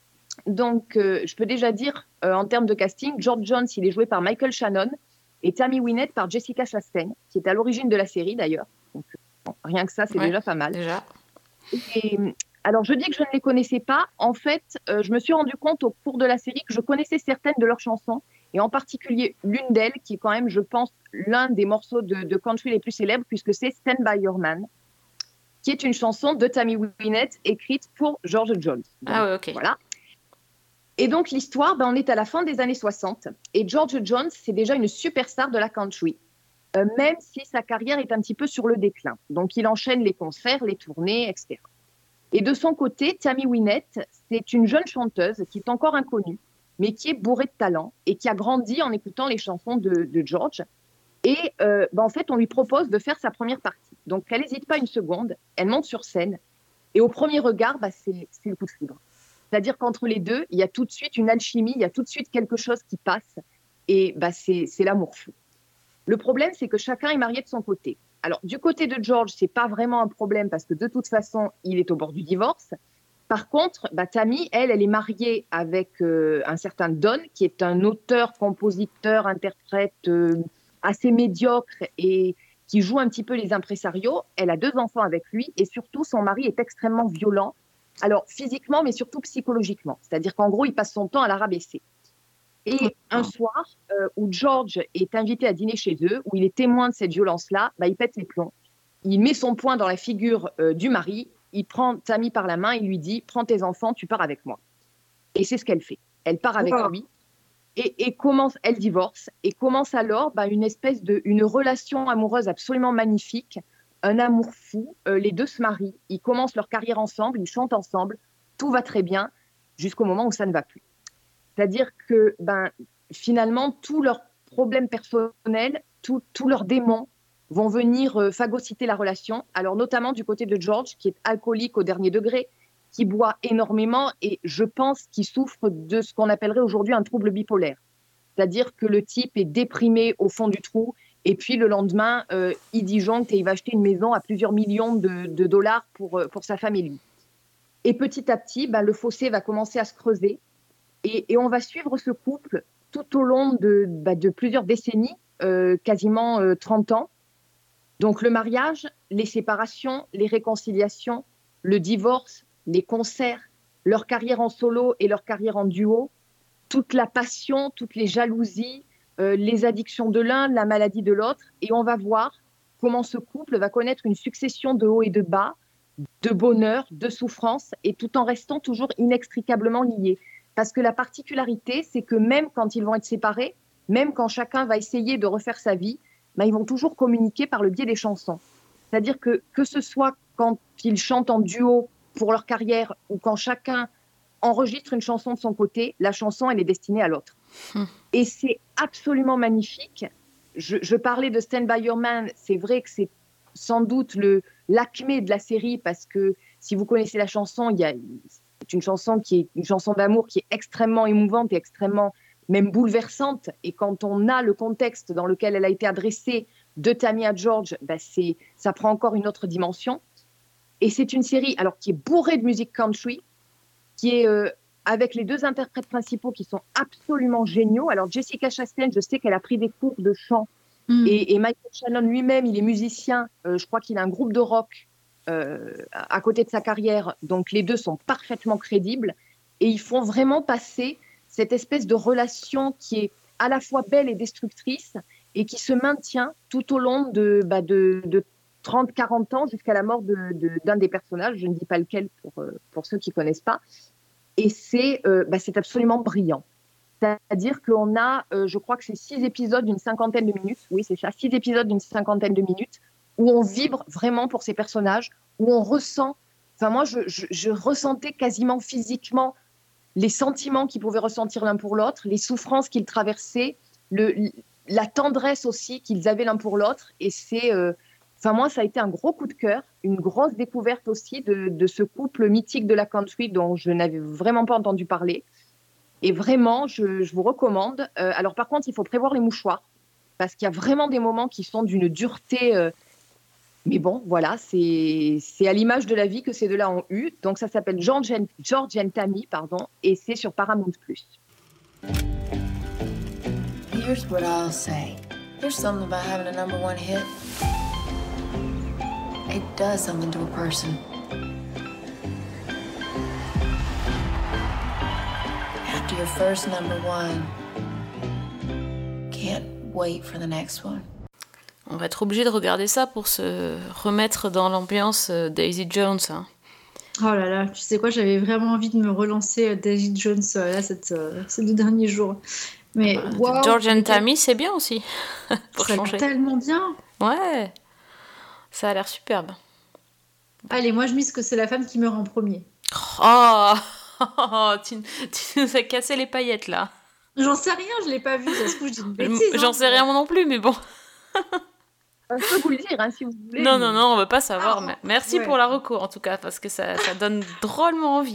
Donc, je peux déjà dire, en termes de casting, George Jones, il est joué par Michael Shannon et Tammy Wynette par Jessica Chastain, qui est à l'origine de la série d'ailleurs. Donc, bon, rien que ça, c'est déjà pas mal. Déjà. Et, alors, je dis que je ne les connaissais pas. En fait, je me suis rendu compte au cours de la série que je connaissais certaines de leurs chansons, et en particulier l'une d'elles, qui est quand même, je pense, l'un des morceaux de country les plus célèbres, puisque c'est Stand By Your Man, qui est une chanson de Tammy Wynette écrite pour George Jones. Donc, ah ouais, ok. Voilà. Et donc, l'histoire, on est à la fin des années 60, et George Jones, c'est déjà une superstar de la country, même si sa carrière est un petit peu sur le déclin. Donc, il enchaîne les concerts, les tournées, etc. Et de son côté, Tammy Wynette, c'est une jeune chanteuse qui est encore inconnue, mais qui est bourrée de talent et qui a grandi en écoutant les chansons de George. Et en fait, on lui propose de faire sa première partie. Donc, elle n'hésite pas une seconde, elle monte sur scène, et au premier regard, c'est le coup de foudre. C'est-à-dire qu'entre les deux, il y a tout de suite une alchimie, il y a tout de suite quelque chose qui passe, et c'est l'amour fou. Le problème, c'est que chacun est marié de son côté. Alors, du côté de George, ce n'est pas vraiment un problème parce que de toute façon, il est au bord du divorce. Par contre, Tammy, elle est mariée avec un certain Don, qui est un auteur, compositeur, interprète assez médiocre et qui joue un petit peu les impresarios. Elle a 2 enfants avec lui et surtout, son mari est extrêmement violent. Alors, physiquement, mais surtout psychologiquement. C'est-à-dire qu'en gros, il passe son temps à la rabaisser. Et un soir, où George est invité à dîner chez eux, où il est témoin de cette violence-là, il pète les plombs. Il met son poing dans la figure du mari, il prend Tammy par la main, il lui dit « Prends tes enfants, tu pars avec moi ». Et c'est ce qu'elle fait. Elle part avec lui et commence, elle divorce et commence alors une espèce une relation amoureuse absolument magnifique, un amour fou. Les deux se marient, ils commencent leur carrière ensemble, ils chantent ensemble, tout va très bien jusqu'au moment où ça ne va plus. C'est-à-dire que finalement, tous leurs problèmes personnels, tous leurs démons vont venir phagocyter la relation. Alors notamment du côté de George, qui est alcoolique au dernier degré, qui boit énormément et je pense qu'il souffre de ce qu'on appellerait aujourd'hui un trouble bipolaire. C'est-à-dire que le type est déprimé au fond du trou et puis le lendemain, il disjoncte et il va acheter une maison à plusieurs millions de dollars pour sa femme et lui. Et petit à petit, le fossé va commencer à se creuser et on va suivre ce couple tout au long de plusieurs décennies, quasiment 30 ans. Donc le mariage, les séparations, les réconciliations, le divorce, les concerts, leur carrière en solo et leur carrière en duo, toute la passion, toutes les jalousies, les addictions de l'un, la maladie de l'autre. Et on va voir comment ce couple va connaître une succession de hauts et de bas, de bonheur, de souffrance, et tout en restant toujours inextricablement liés. Parce que la particularité, c'est que même quand ils vont être séparés, même quand chacun va essayer de refaire sa vie, ils vont toujours communiquer par le biais des chansons. C'est-à-dire que ce soit quand ils chantent en duo pour leur carrière ou quand chacun enregistre une chanson de son côté, la chanson, elle est destinée à l'autre. Et c'est absolument magnifique. Je parlais de Stand By Your Man, c'est vrai que c'est sans doute l'acmé de la série parce que si vous connaissez la chanson, c'est une chanson qui est une chanson d'amour qui est extrêmement émouvante et extrêmement même bouleversante. Et quand on a le contexte dans lequel elle a été adressée de Tammy à George, ça prend encore une autre dimension. Et c'est une série qui est bourrée de musique country, qui est avec les 2 interprètes principaux qui sont absolument géniaux. Alors Jessica Chastain, je sais qu'elle a pris des cours de chant et Michael Shannon lui-même, il est musicien. Je crois qu'il a un groupe de rock à côté de sa carrière. Donc les deux sont parfaitement crédibles et ils font vraiment passer cette espèce de relation qui est à la fois belle et destructrice et qui se maintient tout au long de 30-40 ans jusqu'à la mort d'un des personnages. Je ne dis pas lequel pour ceux qui ne connaissent pas. Et c'est absolument brillant. C'est-à-dire qu'on a, je crois que c'est 6 épisodes d'une 50aine de minutes. Oui, c'est ça, 6 épisodes d'une 50aine de minutes où on vibre vraiment pour ces personnages, où on ressent... Enfin, moi, je ressentais quasiment physiquement les sentiments qu'ils pouvaient ressentir l'un pour l'autre, les souffrances qu'ils traversaient, la tendresse aussi qu'ils avaient l'un pour l'autre. Et c'est... moi, ça a été un gros coup de cœur, une grosse découverte aussi de ce couple mythique de la country dont je n'avais vraiment pas entendu parler. Et vraiment, je vous recommande. Alors par contre, il faut prévoir les mouchoirs parce qu'il y a vraiment des moments qui sont d'une dureté. Mais bon, voilà, c'est à l'image de la vie que ces deux-là ont eu. Donc ça s'appelle George and Tammy, et c'est sur Paramount+. Here's what I'll say. There's something about having a number one hit. It does something to a person. After your first number one, can't wait for the next one. On va être obligé de regarder ça pour se remettre dans l'ambiance Daisy Jones. Hein. Oh là là, tu sais quoi, j'avais vraiment envie de me relancer Daisy Jones là, ces 2 derniers jours. Mais wow, George and Tammy, c'est bien aussi. Pour ça changer. Tellement bien. Ouais, ça a l'air superbe. Allez, moi je mise que c'est la femme qui meurt en premier. Oh, tu nous as cassé les paillettes là. J'en sais rien, je l'ai pas vu, ça se trouve, je dis une bêtise. J'en sais rien moi non plus, mais bon. Je peux vous le dire si vous voulez. Non, on veut pas savoir. Mais merci pour la reco en tout cas, parce que ça donne drôlement envie.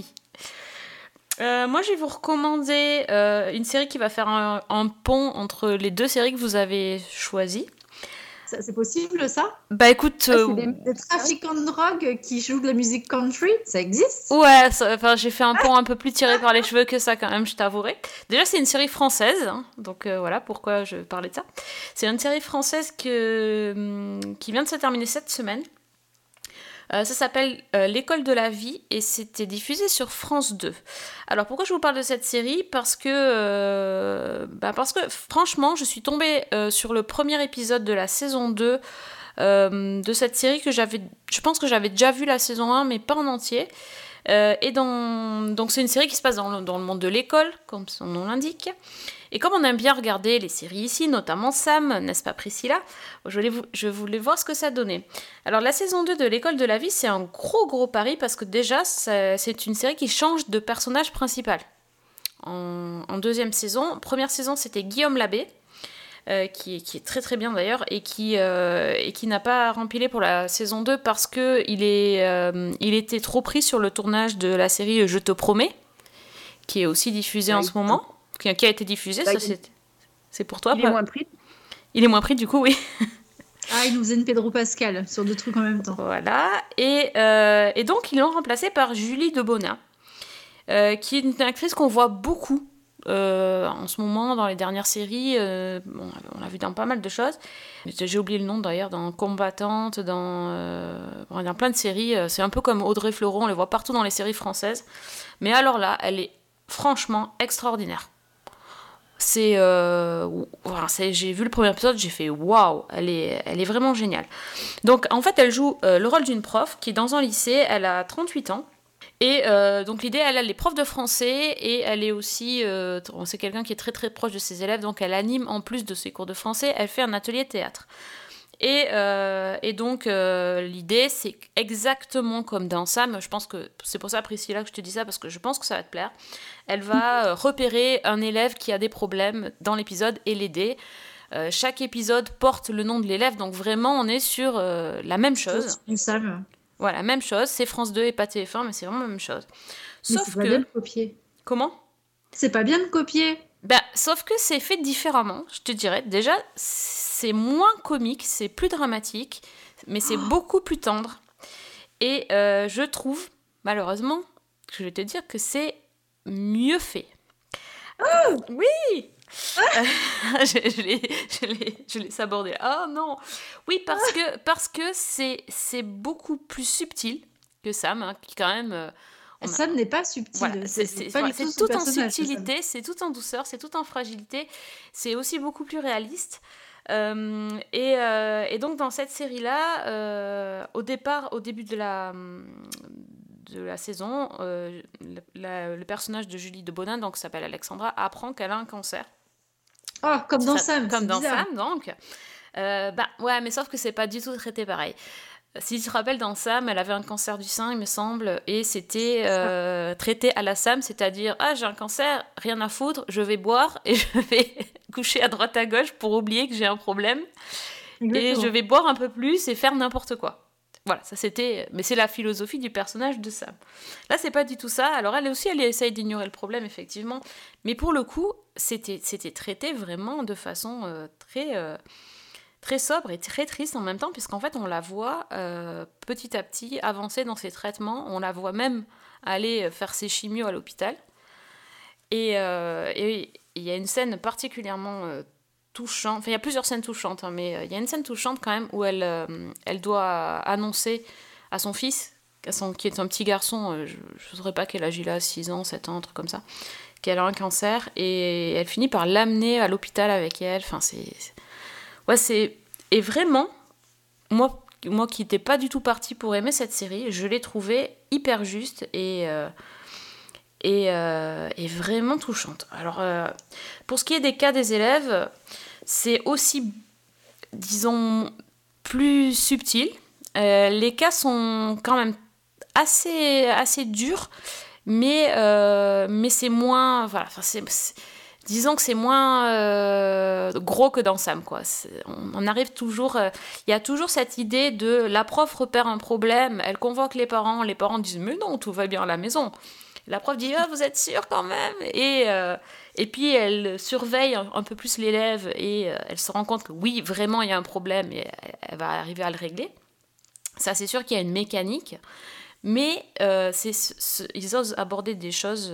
Moi, je vais vous recommander une série qui va faire un pont entre les 2 séries que vous avez choisies. Ça, c'est possible, ça ? Bah écoute... Des trafiquants de drogue qui jouent de la musique country, ça existe ? Ouais, j'ai fait un pont un peu plus tiré par les cheveux que ça quand même, je t'avouerai. Déjà, c'est une série française, hein, donc voilà pourquoi je parlais de ça. C'est une série française qui vient de se terminer cette semaine. Ça s'appelle L'école de la vie et c'était diffusé sur France 2. Alors pourquoi je vous parle de cette série ? Parce que franchement, je suis tombée sur le premier épisode de la saison 2 de cette série je pense que j'avais déjà vu la saison 1 mais pas en entier. Donc c'est une série qui se passe dans le monde de l'école, comme son nom l'indique. Et comme on aime bien regarder les séries ici, notamment Sam, n'est-ce pas Priscilla ? Je voulais voir ce que ça donnait. Alors la saison 2 de l'école de la vie, c'est un gros pari parce que déjà, c'est une série qui change de personnage principal. En deuxième saison, première saison, c'était Guillaume Labbé, qui est très très bien d'ailleurs, et qui n'a pas rempilé pour la saison 2 parce qu'il était trop pris sur le tournage de la série Je te promets, qui est aussi diffusée en ce moment. Qui a été diffusé, ça c'est pour toi. Il est moins pris. Il est moins pris, du coup, oui. Ah, il nous faisait une Pedro Pascal sur 2 trucs en même temps. Voilà. Et donc, ils l'ont remplacé par Julie Debonin, qui est une actrice qu'on voit beaucoup en ce moment dans les dernières séries. On l'a vu dans pas mal de choses. J'ai oublié le nom d'ailleurs, dans Combattante, dans plein de séries. C'est un peu comme Audrey Fleurot, on les voit partout dans les séries françaises. Mais alors là, elle est franchement extraordinaire. J'ai vu le premier épisode, j'ai fait waouh, elle est vraiment géniale. Donc en fait, elle joue le rôle d'une prof qui est dans un lycée, elle a 38 ans. Et donc l'idée, elle est prof de français et elle est aussi, c'est quelqu'un qui est très très proche de ses élèves, donc elle anime en plus de ses cours de français, elle fait un atelier de théâtre. Et donc l'idée, c'est exactement comme dans Sam, je pense que c'est pour ça Priscilla que je te dis ça, parce que je pense que ça va te plaire. Elle va repérer un élève qui a des problèmes dans l'épisode et l'aider. Chaque épisode porte le nom de l'élève, donc vraiment on est sur la même chose. Sam. Voilà, même chose, c'est France 2 et pas TF1, mais c'est vraiment la même chose. Sauf c'est pas bien de copier. Comment ? C'est pas bien de copier. Sauf que c'est fait différemment, je te dirais. Déjà, c'est moins comique, c'est plus dramatique, mais c'est beaucoup plus tendre. Et je trouve, malheureusement, je vais te dire que c'est mieux fait. Oh oui. Je l'ai sabordé. Oh non. Oui, parce que c'est beaucoup plus subtil que Sam, hein, qui quand même... Sam n'est pas subtil. Voilà, c'est tout en subtilité, c'est tout en douceur, c'est tout en fragilité. C'est aussi beaucoup plus réaliste. Et donc dans cette série-là, au début de la saison, le personnage de Julie Debonin, donc qui s'appelle Alexandra, apprend qu'elle a un cancer. Oh, comme dans Sam. Comme dans Sam, donc. Ouais, mais sauf que c'est pas du tout traité pareil. Si tu te rappelles, dans Sam, elle avait un cancer du sein, il me semble, et c'était traité à la Sam, c'est-à-dire « Ah, j'ai un cancer, rien à foutre, je vais boire et je vais coucher à droite à gauche pour oublier que j'ai un problème. Exactement. Et je vais boire un peu plus et faire n'importe quoi. » Voilà, ça c'était... Mais c'est la philosophie du personnage de Sam. Là, c'est pas du tout ça. Alors, elle aussi, elle essaye d'ignorer le problème, effectivement. Mais pour le coup, c'était traité vraiment de façon très sobre et très triste en même temps, puisqu'en fait, on la voit petit à petit avancer dans ses traitements. On la voit même aller faire ses chimios à l'hôpital. Et il y a une scène particulièrement touchante. Enfin, il y a plusieurs scènes touchantes, hein, mais il y a une scène touchante quand même où elle doit annoncer à son fils, qui est un petit garçon, je ne saurais pas quel âge il a, 6 ans, 7 ans, un truc comme ça, qu'elle a un cancer, et elle finit par l'amener à l'hôpital avec elle. Enfin, Et vraiment, moi qui n'étais pas du tout partie pour aimer cette série, je l'ai trouvée hyper juste et vraiment touchante. Alors, pour ce qui est des cas des élèves, c'est aussi, disons, plus subtil. Les cas sont quand même assez durs, mais c'est moins... Voilà, disons que c'est moins gros que dans Sam, quoi. On arrive toujours... Il y a toujours cette idée de la prof repère un problème, elle convoque les parents disent « Mais non, tout va bien à la maison ». La prof dit « Vous êtes sûr quand même ?» Et puis elle surveille un peu plus l'élève et elle se rend compte que oui, vraiment, il y a un problème et elle va arriver à le régler. Ça, c'est sûr qu'il y a une mécanique, mais ils osent aborder des choses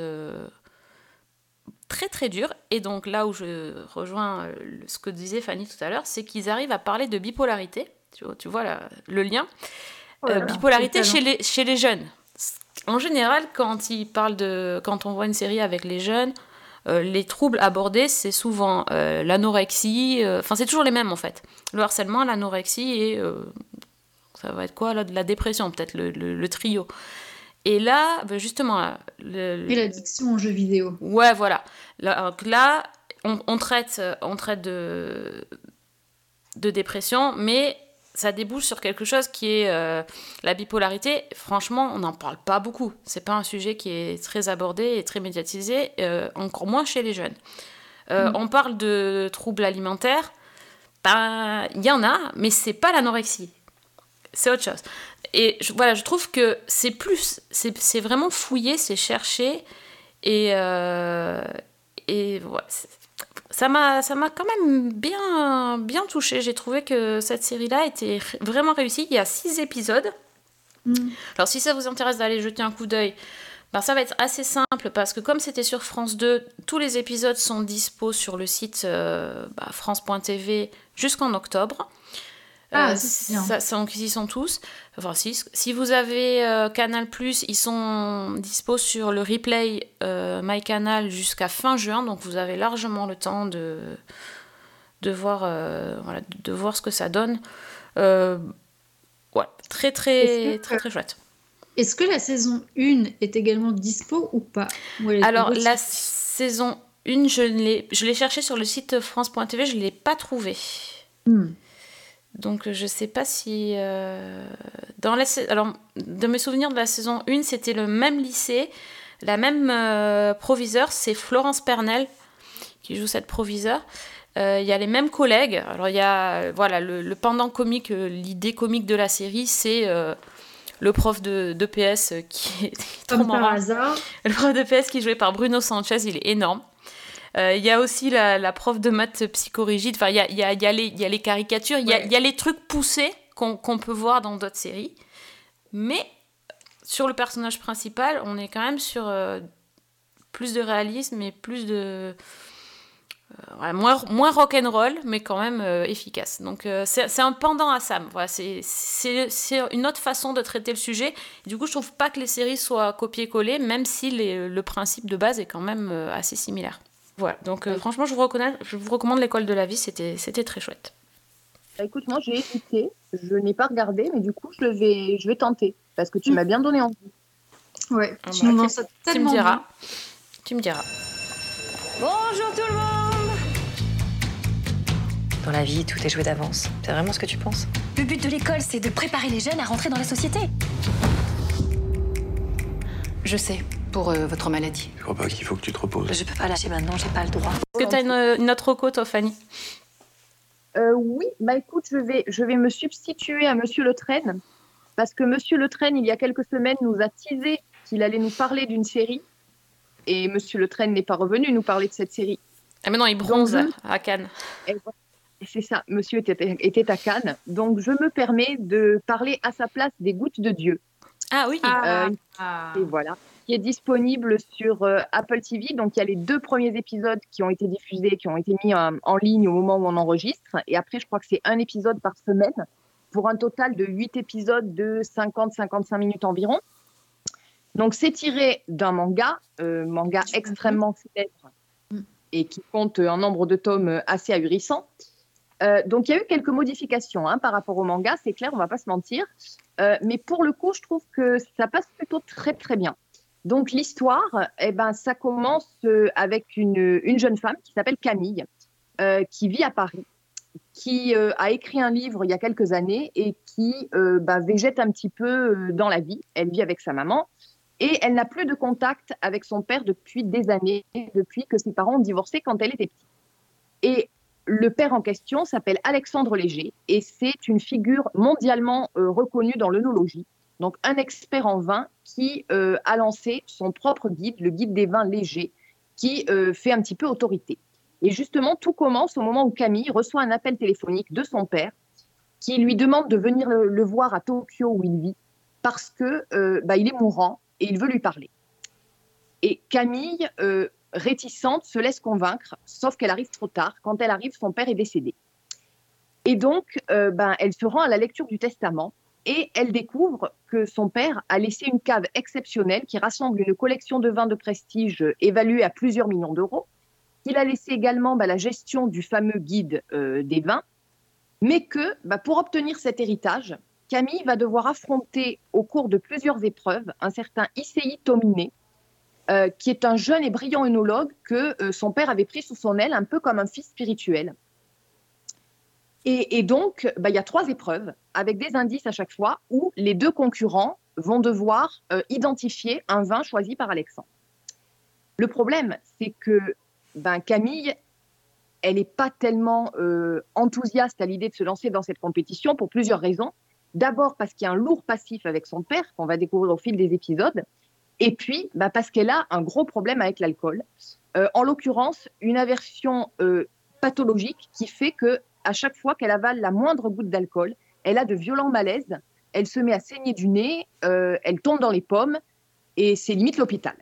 très très dures. Et donc là où je rejoins ce que disait Fanny tout à l'heure, c'est qu'ils arrivent à parler de bipolarité. Tu vois le lien. Bipolarité chez les jeunes. En général, quand on voit une série avec les jeunes, les troubles abordés, c'est souvent l'anorexie, c'est toujours les mêmes en fait. Le harcèlement, l'anorexie et ça va être quoi là, de la dépression, peut-être le trio. Et là, justement... Et l'addiction aux jeux vidéo. Ouais, voilà. Là on traite de dépression, mais... ça débouche sur quelque chose qui est la bipolarité. Franchement, on n'en parle pas beaucoup. C'est pas un sujet qui est très abordé et très médiatisé, encore moins chez les jeunes. On parle de troubles alimentaires. Il y en a, mais c'est pas l'anorexie. C'est autre chose. Et je trouve que c'est vraiment fouillé, c'est cherché. Et voilà. Ça m'a quand même bien touchée. J'ai trouvé que cette série-là était vraiment réussie. Il y a 6 épisodes. Alors, si ça vous intéresse d'aller jeter un coup d'œil, ça va être assez simple parce que comme c'était sur France 2, tous les épisodes sont dispo sur le site France.tv jusqu'en octobre. C'est bien. Donc, ils y sont tous. Enfin, si vous avez Canal+, ils sont dispo sur le replay MyCanal jusqu'à fin juin. Donc, vous avez largement le temps de voir ce que ça donne. Très, très, très, très chouette. Est-ce que la saison 1 est également dispo ou pas? Alors, la saison 1, je l'ai cherchée sur le site France.tv, je ne l'ai pas trouvée. Donc, je ne sais pas si... Alors, de mes souvenirs de la saison 1, c'était le même lycée, la même proviseure, c'est Florence Pernel qui joue cette proviseure. Il y a les mêmes collègues. Alors, il y a le pendant comique, l'idée comique de la série, c'est le prof de PS qui est trop marrant. Par hasard. Le prof de PS qui est joué par Bruno Sanchez, il est énorme. Il y a aussi la prof de maths psychorigide. Enfin, il y a les caricatures, il y a les trucs poussés qu'on peut voir dans d'autres séries. Mais sur le personnage principal, on est quand même sur plus de réalisme et plus de... moins rock'n'roll, mais quand même efficace. Donc c'est un pendant à Sam. Voilà, c'est une autre façon de traiter le sujet. Du coup, je trouve pas que les séries soient copiées-collées, même si le principe de base est quand même assez similaire. Voilà, donc franchement, je vous recommande L'école de la vie, c'était très chouette. Écoute, moi j'ai hésité, je n'ai pas regardé, mais du coup je vais tenter, parce que tu m'as bien donné envie. Ouais, tu nous vends ça tellement bien. Tu me diras. Bonjour tout le monde! Dans la vie, tout est joué d'avance. C'est vraiment ce que tu penses? Le but de l'école, c'est de préparer les jeunes à rentrer dans la société. Je sais, pour votre maladie. Je crois pas qu'il faut que tu te reposes. Je peux pas lâcher maintenant, j'ai pas le droit. Est-ce que t'as une autre reco, toi, Fanny? Oui, écoute, je vais me substituer à Monsieur Le Train parce que Monsieur Le Train, il y a quelques semaines, nous a teasé qu'il allait nous parler d'une série. Et Monsieur Le Train n'est pas revenu nous parler de cette série. Ah mais non, il bronze à Cannes. Et c'est ça, monsieur était à Cannes. Donc, je me permets de parler à sa place des Gouttes de Dieu. Ah oui. Et voilà, qui est disponible sur Apple TV. Donc, il y a les 2 premiers épisodes qui ont été diffusés, qui ont été mis en ligne au moment où on enregistre. Et après, je crois que c'est un épisode par semaine pour un total de 8 épisodes de 50-55 minutes environ. Donc, c'est tiré d'un manga extrêmement célèbre et qui compte un nombre de tomes assez ahurissant. Donc, il y a eu quelques modifications par rapport au manga, c'est clair, on ne va pas se mentir. Mais pour le coup, je trouve que ça passe plutôt très, très bien. Donc, l'histoire, ça commence avec une jeune femme qui s'appelle Camille, qui vit à Paris, qui a écrit un livre il y a quelques années et qui végète un petit peu dans la vie. Elle vit avec sa maman. Et elle n'a plus de contact avec son père depuis des années, depuis que ses parents ont divorcé quand elle était petite. Et le père en question s'appelle Alexandre Léger et c'est une figure mondialement reconnue dans l'œnologie. Donc un expert en vin qui a lancé son propre guide, le guide des vins légers, qui fait un petit peu autorité. Et justement, tout commence au moment où Camille reçoit un appel téléphonique de son père qui lui demande de venir le voir à Tokyo où il vit parce que il est mourant. Et il veut lui parler. Et Camille, réticente, se laisse convaincre, sauf qu'elle arrive trop tard. Quand elle arrive, son père est décédé. Et donc, elle se rend à la lecture du testament et elle découvre que son père a laissé une cave exceptionnelle qui rassemble une collection de vins de prestige évaluée à plusieurs millions d'euros. Il a laissé également la gestion du fameux guide des vins, mais que pour obtenir cet héritage, Camille va devoir affronter au cours de plusieurs épreuves un certain Issei Tomine, qui est un jeune et brillant œnologue que son père avait pris sous son aile, un peu comme un fils spirituel. Et donc, il y a 3 épreuves, avec des indices à chaque fois, où les 2 concurrents vont devoir identifier un vin choisi par Alexandre. Le problème, c'est que Camille, elle n'est pas tellement enthousiaste à l'idée de se lancer dans cette compétition pour plusieurs raisons. D'abord parce qu'il y a un lourd passif avec son père, qu'on va découvrir au fil des épisodes, et puis parce qu'elle a un gros problème avec l'alcool. En l'occurrence, une aversion pathologique qui fait qu'à chaque fois qu'elle avale la moindre goutte d'alcool, elle a de violents malaises, elle se met à saigner du nez, elle tombe dans les pommes, et c'est limite l'hôpital.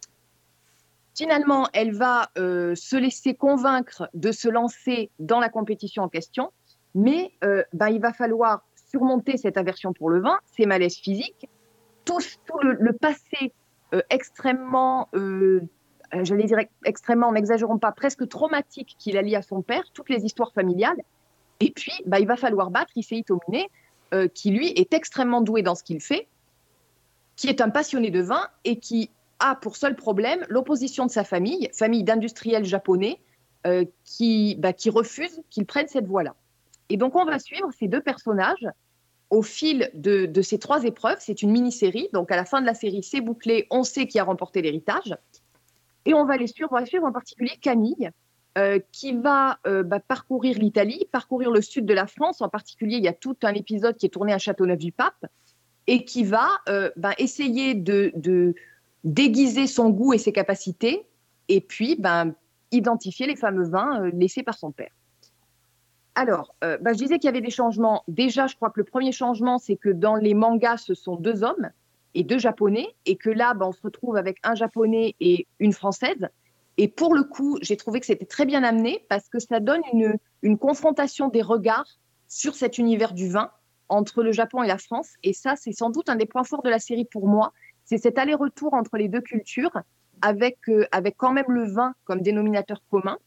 Finalement, elle va se laisser convaincre de se lancer dans la compétition en question, mais il va falloir surmonter cette aversion pour le vin, ces malaises physiques, tout le passé extrêmement, extrêmement, n'exagérons pas, presque traumatique qu'il a lié à son père, toutes les histoires familiales. Et puis, il va falloir battre Issei Tomine, qui lui est extrêmement doué dans ce qu'il fait, qui est un passionné de vin et qui a pour seul problème l'opposition de sa famille d'industriels japonais, qui refusent qu'il prenne cette voie-là. Et donc, on va suivre ces 2 personnages au fil de ces 3 épreuves. C'est une mini-série. Donc, à la fin de la série, c'est bouclé. On sait qui a remporté l'héritage. Et on va les suivre. On va suivre en particulier Camille, qui va parcourir l'Italie, parcourir le sud de la France. En particulier, il y a tout un épisode qui est tourné à Châteauneuf-du-Pape et qui va essayer de déguiser son goût et ses capacités et puis identifier les fameux vins laissés par son père. Alors, je disais qu'il y avait des changements. Déjà, je crois que le premier changement, c'est que dans les mangas, ce sont 2 hommes et 2 japonais, et que là, on se retrouve avec un japonais et une française. Et pour le coup, j'ai trouvé que c'était très bien amené parce que ça donne une confrontation des regards sur cet univers du vin entre le Japon et la France. Et ça, c'est sans doute un des points forts de la série pour moi. C'est cet aller-retour entre les 2 cultures avec quand même le vin comme dénominateur commun.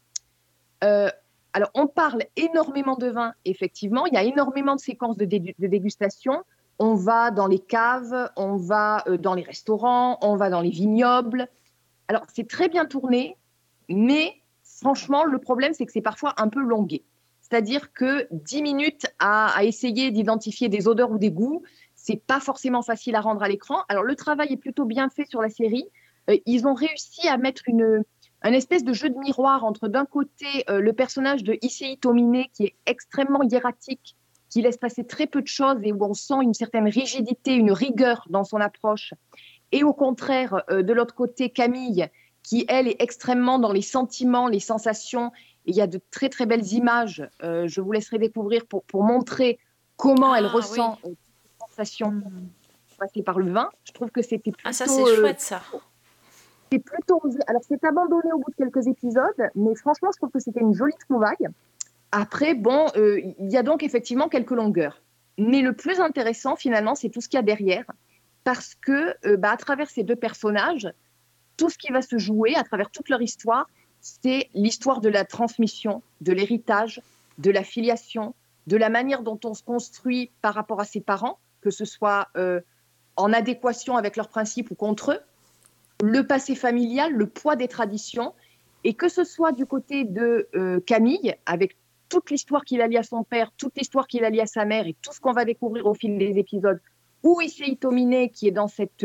Alors, on parle énormément de vin, effectivement. Il y a énormément de séquences de dégustation. On va dans les caves, on va dans les restaurants, on va dans les vignobles. Alors, c'est très bien tourné, mais franchement, le problème, c'est que c'est parfois un peu longué. C'est-à-dire que 10 minutes à essayer d'identifier des odeurs ou des goûts, c'est pas forcément facile à rendre à l'écran. Alors, le travail est plutôt bien fait sur la série. Ils ont réussi à mettre un espèce de jeu de miroir entre d'un côté le personnage de Issei Tomine qui est extrêmement hiératique qui laisse passer très peu de choses et où on sent une certaine rigidité, une rigueur dans son approche. Et au contraire, de l'autre côté, Camille, qui, elle, est extrêmement dans les sentiments, les sensations. Et il y a de très, très belles images. Je vous laisserai découvrir pour montrer comment elle ressent les sensations passées par le vin. Je trouve que c'était plutôt... Ah, ça, c'est chouette, ça. C'est plutôt... Alors, c'est abandonné au bout de quelques épisodes, mais franchement, je trouve que c'était une jolie trouvaille. Après, bon, il y a donc effectivement quelques longueurs. Mais le plus intéressant, finalement, c'est tout ce qu'il y a derrière. Parce que, à travers ces deux personnages, tout ce qui va se jouer, à travers toute leur histoire, c'est l'histoire de la transmission, de l'héritage, de la filiation, de la manière dont on se construit par rapport à ses parents, que ce soit en adéquation avec leurs principes ou contre eux, le passé familial, le poids des traditions, et que ce soit du côté de Camille, avec toute l'histoire qu'il a liée à son père, toute l'histoire qu'il a liée à sa mère, et tout ce qu'on va découvrir au fil des épisodes, ou Issei Hitomine, qui est dans cette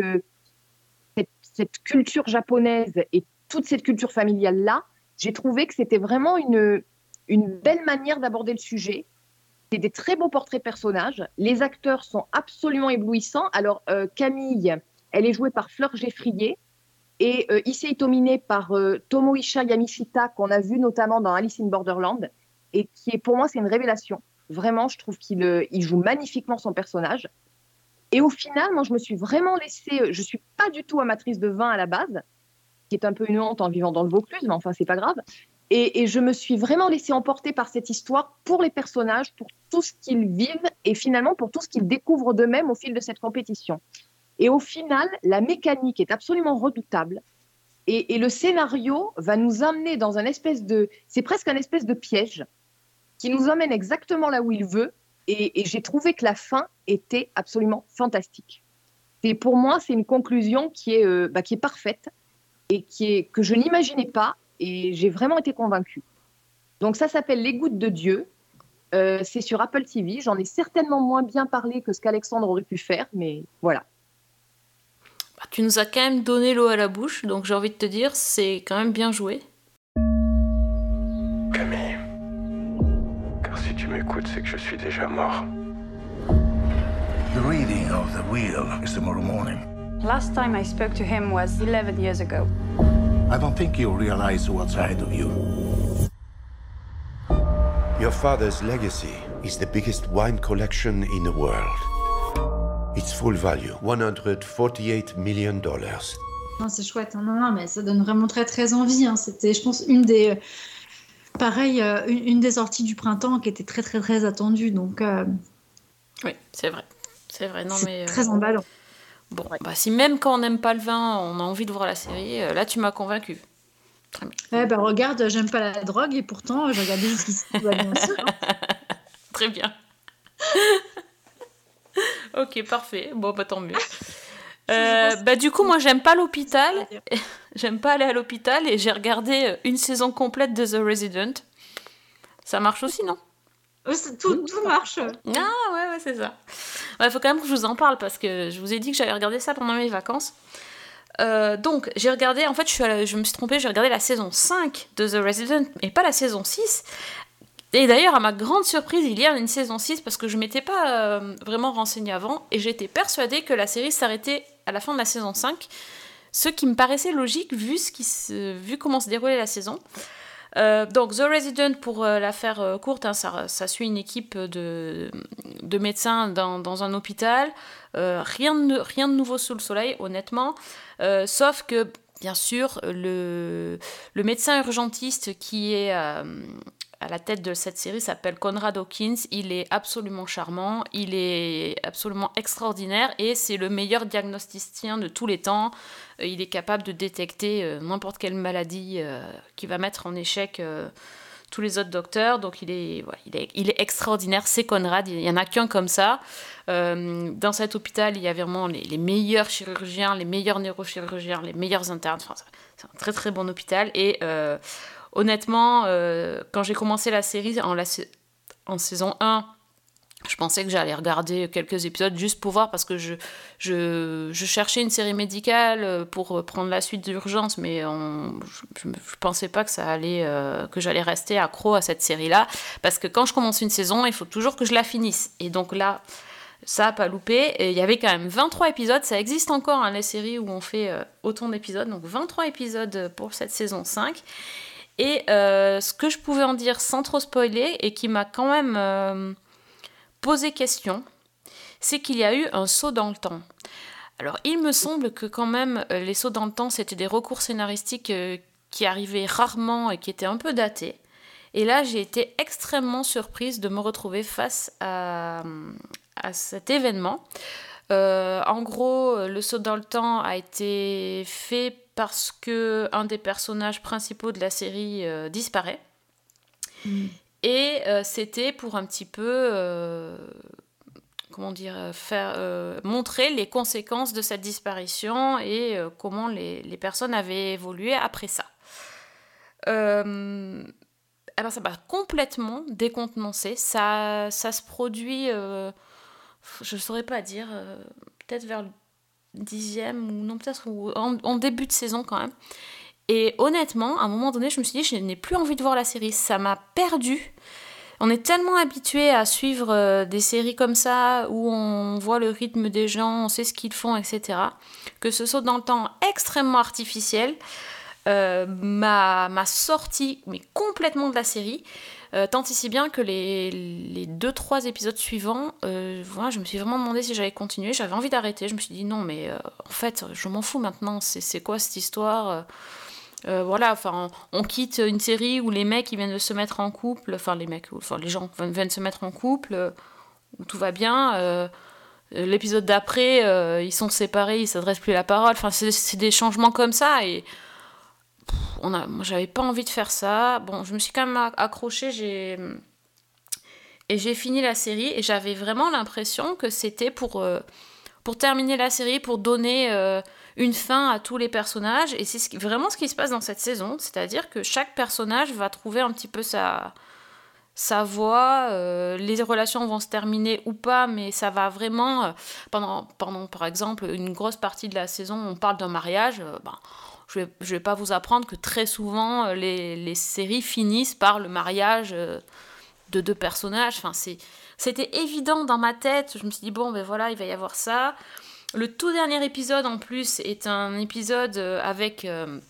culture japonaise et toute cette culture familiale-là, j'ai trouvé que c'était vraiment une belle manière d'aborder le sujet. C'est des très beaux portraits de personnages. Les acteurs sont absolument éblouissants. Alors, Camille, elle est jouée par Fleur Geffrier et Issei Hitomine par Tomoisha Yamashita, qu'on a vu notamment dans Alice in Borderland, et qui est, pour moi, c'est une révélation. Vraiment, je trouve qu'il joue magnifiquement son personnage. Et au final, moi, je me suis vraiment laissée... Je ne suis pas du tout amatrice de vin à la base, qui est un peu une honte en vivant dans le Vaucluse, mais enfin, c'est pas grave. Et je me suis vraiment laissée emporter par cette histoire pour les personnages, pour tout ce qu'ils vivent et finalement pour tout ce qu'ils découvrent d'eux-mêmes au fil de cette compétition. Et au final, la mécanique est absolument redoutable. Et le scénario va nous amener dans un espèce de... C'est presque un espèce de piège qui nous emmène exactement là où il veut. Et j'ai trouvé que la fin était absolument fantastique. Et pour moi, c'est une conclusion qui est parfaite et que je n'imaginais pas. Et j'ai vraiment été convaincue. Donc ça s'appelle Les Gouttes de Dieu. C'est sur Apple TV. J'en ai certainement moins bien parlé que ce qu'Alexandre aurait pu faire, mais voilà. Tu nous as quand même donné l'eau à la bouche, donc j'ai envie de te dire, c'est quand même bien joué. Camille, car si tu m'écoutes, c'est que je suis déjà mort. The reading of the will is tomorrow morning. Last time I spoke to him was 11 years ago. I don't think you'll realize what's ahead of you. Your father's legacy is the biggest wine collection in the world. Its full value, $148 million. Non, c'est chouette. Non, mais ça donne vraiment très, très envie. Hein. C'était, je pense, une des sorties du printemps qui était très, très, très attendue. Donc, oui, c'est vrai. C'est vrai. Non, mais très emballant. Bon, si même quand on n'aime pas le vin, on a envie de voir la série, là, tu m'as convaincue. Très bien. Regarde, j'aime pas la drogue et pourtant, j'ai regardé jusqu'ici. Bien sûr. Très bien. Ok, parfait. Bon, tant mieux. Du coup, moi, j'aime pas l'hôpital. J'aime pas aller à l'hôpital et j'ai regardé une saison complète de The Resident. Ça marche aussi, non ? Tout marche. Ah, ouais, c'est ça. Il faut quand même que je vous en parle parce que je vous ai dit que j'avais regardé ça pendant mes vacances. Donc, j'ai regardé... En fait, je me suis trompée, j'ai regardé la saison 5 de The Resident et pas la saison 6. Et d'ailleurs, à ma grande surprise, il y a une saison 6 parce que je ne m'étais pas vraiment renseignée avant et j'étais persuadée que la série s'arrêtait à la fin de la saison 5, ce qui me paraissait logique vu comment se déroulait la saison. Donc, The Resident, pour la faire courte, hein, ça suit une équipe de médecins dans un hôpital. Rien de nouveau sous le soleil, honnêtement. Sauf que, bien sûr, le médecin urgentiste qui est... à la tête de cette série s'appelle Conrad Hawkins. Il est absolument charmant, il est absolument extraordinaire et c'est le meilleur diagnosticien de tous les temps. Il est capable de détecter n'importe quelle maladie qui va mettre en échec tous les autres docteurs. Donc il est extraordinaire, c'est Conrad, il n'y en a qu'un comme ça. Dans cet hôpital, il y a vraiment les meilleurs chirurgiens, les meilleurs neurochirurgiens, les meilleurs internes. Enfin, c'est un très très bon hôpital et... honnêtement, quand j'ai commencé la série en saison 1, Je pensais que j'allais regarder quelques épisodes juste pour voir, parce que je cherchais une série médicale pour prendre la suite d'urgence, mais je pensais pas que que j'allais rester accro à cette série-là, parce que quand je commence une saison, il faut toujours que je la finisse. Et donc là, ça a pas loupé. Et il y avait quand même 23 épisodes, ça existe encore, hein, les séries où on fait autant d'épisodes, donc 23 épisodes pour cette saison 5. Et ce que je pouvais en dire sans trop spoiler, et qui m'a quand même... poser question, c'est qu'il y a eu un saut dans le temps. Alors, il me semble que quand même, les sauts dans le temps, c'était des recours scénaristiques qui arrivaient rarement et qui étaient un peu datés. Et là, j'ai été extrêmement surprise de me retrouver face à cet événement. En gros, le saut dans le temps a été fait parce que un des personnages principaux de la série disparaît. Et c'était pour un petit peu, montrer les conséquences de cette disparition et comment les personnes avaient évolué après ça. Alors ça m'a complètement décontenancée. Ça se produit, je ne saurais pas dire, peut-être vers le 10e, ou non, peut-être en début de saison quand même. Et honnêtement, à un moment donné, je me suis dit, je n'ai plus envie de voir la série. Ça m'a perdue. On est tellement habitué à suivre des séries comme ça, où on voit le rythme des gens, on sait ce qu'ils font, etc., que ce saut dans le temps extrêmement artificiel m'a sorti mais complètement de la série. Tant et si bien que les 2-3 épisodes suivants, voilà, je me suis vraiment demandé si j'allais continuer. J'avais envie d'arrêter. Je me suis dit, non, mais en fait, je m'en fous maintenant. C'est quoi cette histoire ? Voilà, enfin, on quitte une série où les mecs ils viennent de se mettre en couple, les gens viennent se mettre en couple, où tout va bien. L'épisode d'après, ils sont séparés, ils s'adressent plus la parole. Enfin, c'est des changements comme ça, et moi, j'avais pas envie de faire ça. Bon, je me suis quand même accrochée, et j'ai fini la série, et j'avais vraiment l'impression que c'était pour terminer la série, pour donner une fin à tous les personnages. Et c'est vraiment ce qui se passe dans cette saison, c'est-à-dire que chaque personnage va trouver un petit peu sa voie, les relations vont se terminer ou pas, mais ça va vraiment, pendant par exemple une grosse partie de la saison, on parle d'un mariage, je vais pas vous apprendre que très souvent les séries finissent par le mariage de deux personnages. Enfin, c'était évident dans ma tête. Je me suis dit, bon, ben voilà, il va y avoir ça. Le tout dernier épisode, en plus, est un épisode avec...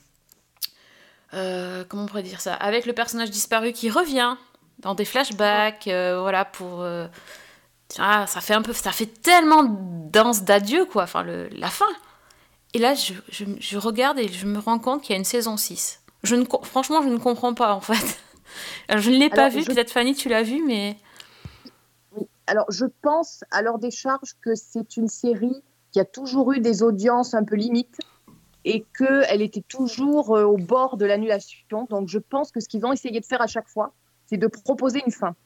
comment on pourrait dire ça ? Avec le personnage disparu qui revient dans des flashbacks, voilà, pour... ça fait tellement danse d'adieu, quoi, enfin, la fin. Et là, je regarde et je me rends compte qu'il y a une saison 6. Franchement, je ne comprends pas, en fait. Alors, je ne l'ai pas vue, peut-être Fanny, tu l'as vue, mais... Alors, je pense, à leur décharge, que c'est une série qui a toujours eu des audiences un peu limites et qu'elle était toujours au bord de l'annulation. Donc, je pense que ce qu'ils ont essayé de faire à chaque fois, c'est de proposer une fin.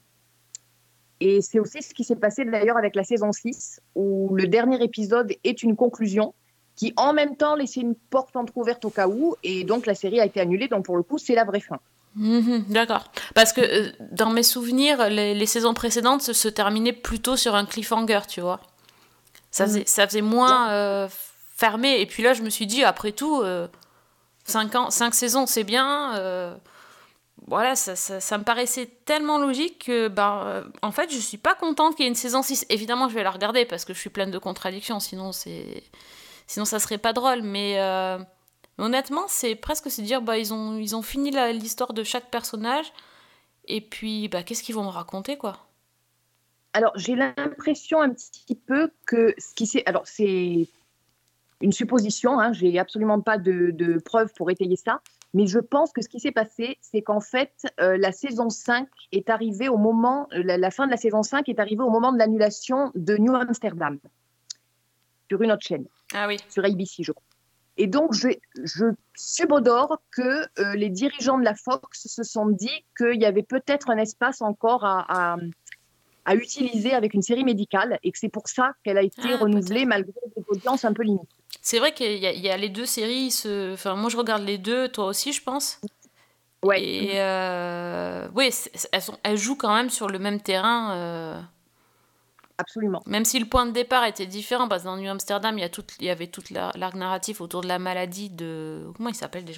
Et c'est aussi ce qui s'est passé d'ailleurs avec la saison 6, où le dernier épisode est une conclusion qui, en même temps, laissait une porte entrouverte au cas où. Et donc, la série a été annulée. Donc, pour le coup, c'est la vraie fin. D'accord. Parce que dans mes souvenirs, les saisons précédentes se terminaient plutôt sur un cliffhanger, tu vois. Ça faisait moins fermé. Et puis là, je me suis dit, après tout, 5 saisons, c'est bien. Voilà, ça me paraissait tellement logique que, en fait, je suis pas contente qu'il y ait une saison 6. Évidemment, je vais la regarder parce que je suis pleine de contradictions, sinon ça serait pas drôle. Mais honnêtement, c'est presque se dire, ils ont fini l'histoire de chaque personnage, et puis, qu'est-ce qu'ils vont me raconter, quoi. Alors, j'ai l'impression un petit peu que alors, c'est une supposition, hein, j'ai absolument pas de preuves pour étayer ça, mais je pense que ce qui s'est passé, c'est qu'en fait, la saison 5 est arrivée au moment, la fin de la saison 5 est arrivée au moment de l'annulation de New Amsterdam, sur une autre chaîne. Ah oui. Sur ABC, je crois. Et donc, je subodore que les dirigeants de la Fox se sont dit qu'il y avait peut-être un espace encore à utiliser avec une série médicale, et que c'est pour ça qu'elle a été renouvelée malgré des audiences un peu limitées. C'est vrai qu'il y a les deux séries, enfin, moi je regarde les deux, toi aussi je pense. Ouais. Et oui, elles jouent quand même sur le même terrain. absolument. Même si le point de départ était différent, parce que dans New Amsterdam, il y avait toute l'arc narratif autour de la maladie de... Comment il s'appelle déjà ?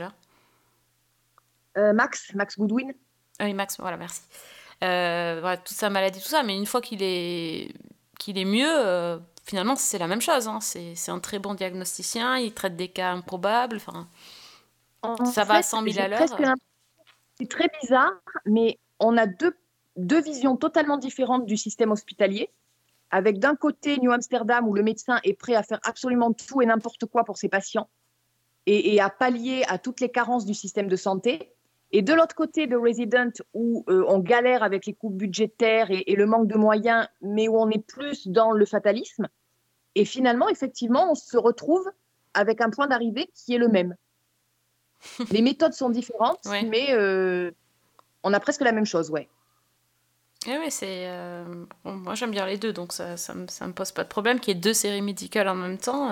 Max Goodwin. Oui, Max, voilà, merci. Voilà, toute sa maladie, tout ça, mais une fois qu'il est mieux, finalement, c'est la même chose. Hein. C'est un très bon diagnosticien, il traite des cas improbables, ça va à 100 000 à l'heure. C'est très bizarre, mais on a deux visions totalement différentes du système hospitalier, avec d'un côté New Amsterdam où le médecin est prêt à faire absolument tout et n'importe quoi pour ses patients et à pallier à toutes les carences du système de santé, et de l'autre côté de Resident où on galère avec les coupes budgétaires et le manque de moyens, mais où on est plus dans le fatalisme, et finalement, effectivement, on se retrouve avec un point d'arrivée qui est le même. Les méthodes sont différentes, ouais. Mais on a presque la même chose, ouais. Et oui, bon, moi j'aime bien les deux, donc ça me pose pas de problème qu'il y ait 2 séries médicales en même temps.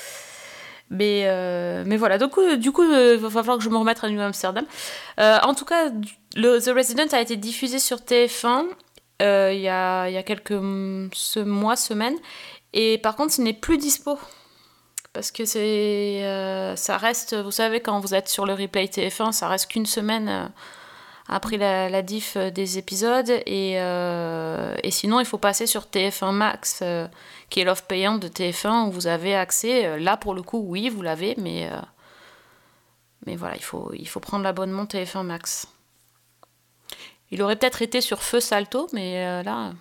Mais voilà, du coup, il va falloir que je me remette à New Amsterdam. En tout cas, The Resident a été diffusé sur TF1 il y a quelques semaines, et par contre, ce n'est plus dispo. Parce que ça reste, vous savez, quand vous êtes sur le replay TF1, ça reste qu'une semaine après la diff des épisodes, et sinon il faut passer sur TF1 Max, qui est l'offre payante de TF1 où vous avez accès. Là pour le coup, oui, vous l'avez, mais voilà, il faut prendre l'abonnement TF1 Max. Il aurait peut-être été sur Feu Salto, mais là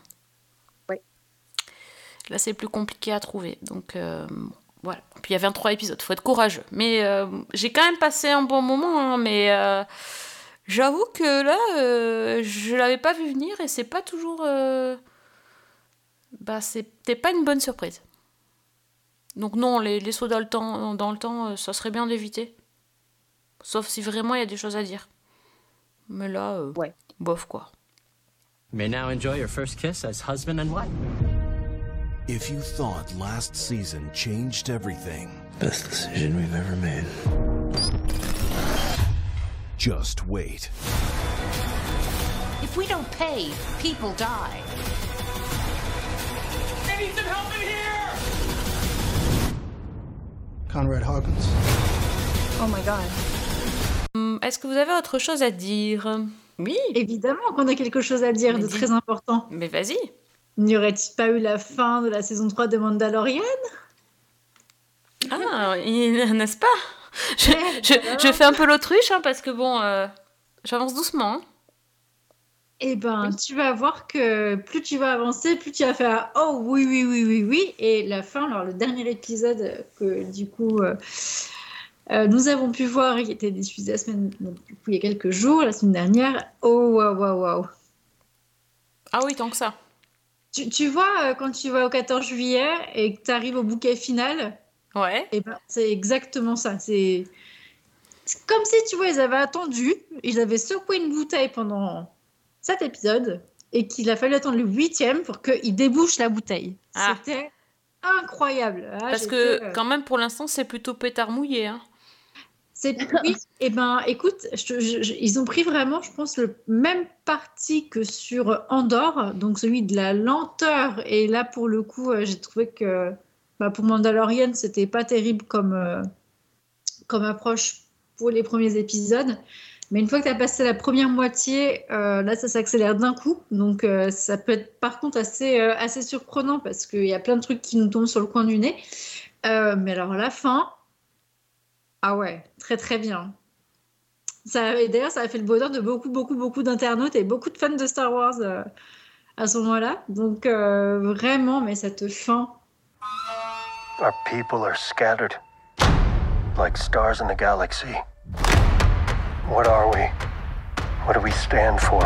c'est plus compliqué à trouver, donc voilà. Puis il y a 23 épisodes, faut être courageux. Mais j'ai quand même passé un bon moment, hein, mais j'avoue que là, je l'avais pas vu venir et c'est pas toujours... c'était pas une bonne surprise. Donc non, les sauts dans le temps, ça serait bien d'éviter. Sauf si vraiment il y a des choses à dire. Mais là, bof quoi. You may now enjoy your first kiss as husband and wife. If you thought last season changed everything, best decision we've ever made. Just wait. If we don't pay, people die. I need some help in here! Conrad Hawkins. Oh my god. Est-ce que vous avez autre chose à dire ? Oui. Évidemment qu'on a quelque chose à dire très important. Mais vas-y. N'y aurait-il pas eu la fin de la saison 3 de Mandalorian ? Ah, n'est-ce pas ? Je fais un peu l'autruche, hein, parce que bon, j'avance doucement. Hein. Eh ben, tu vas voir que plus tu vas avancer, plus tu vas faire « Oh, oui ». Et la fin, alors le dernier épisode que du coup nous avons pu voir et qui était diffusé il y a quelques jours, la semaine dernière. Oh, waouh. Ah oui, tant que ça. Tu vois, quand tu vas au 14 juillet et que tu arrives au bouquet final, et ben, c'est exactement ça. C'est comme si, tu vois, ils avaient attendu, ils avaient secoué une bouteille pendant 7 épisodes et qu'il a fallu attendre le 8e pour qu'ils débouchent la bouteille. Ah. C'était incroyable. Parce que, quand même, pour l'instant, c'est plutôt pétard mouillé. Hein. Oui, et ben écoute, ils ont pris vraiment, je pense, le même parti que sur Andor, donc celui de la lenteur. Et là, pour le coup, j'ai trouvé que pour Mandalorian, c'était pas terrible comme approche pour les premiers épisodes. Mais une fois que tu as passé la première moitié, là, ça s'accélère d'un coup. Donc, ça peut être par contre assez surprenant parce qu'il y a plein de trucs qui nous tombent sur le coin du nez. Mais alors, la fin... Ah ouais, très très bien. D'ailleurs, ça a fait le bonheur de beaucoup d'internautes et beaucoup de fans de Star Wars à ce moment-là. Donc vraiment, mais cette fin. Our people are scattered, like stars in the galaxy. What are we? What do we stand for?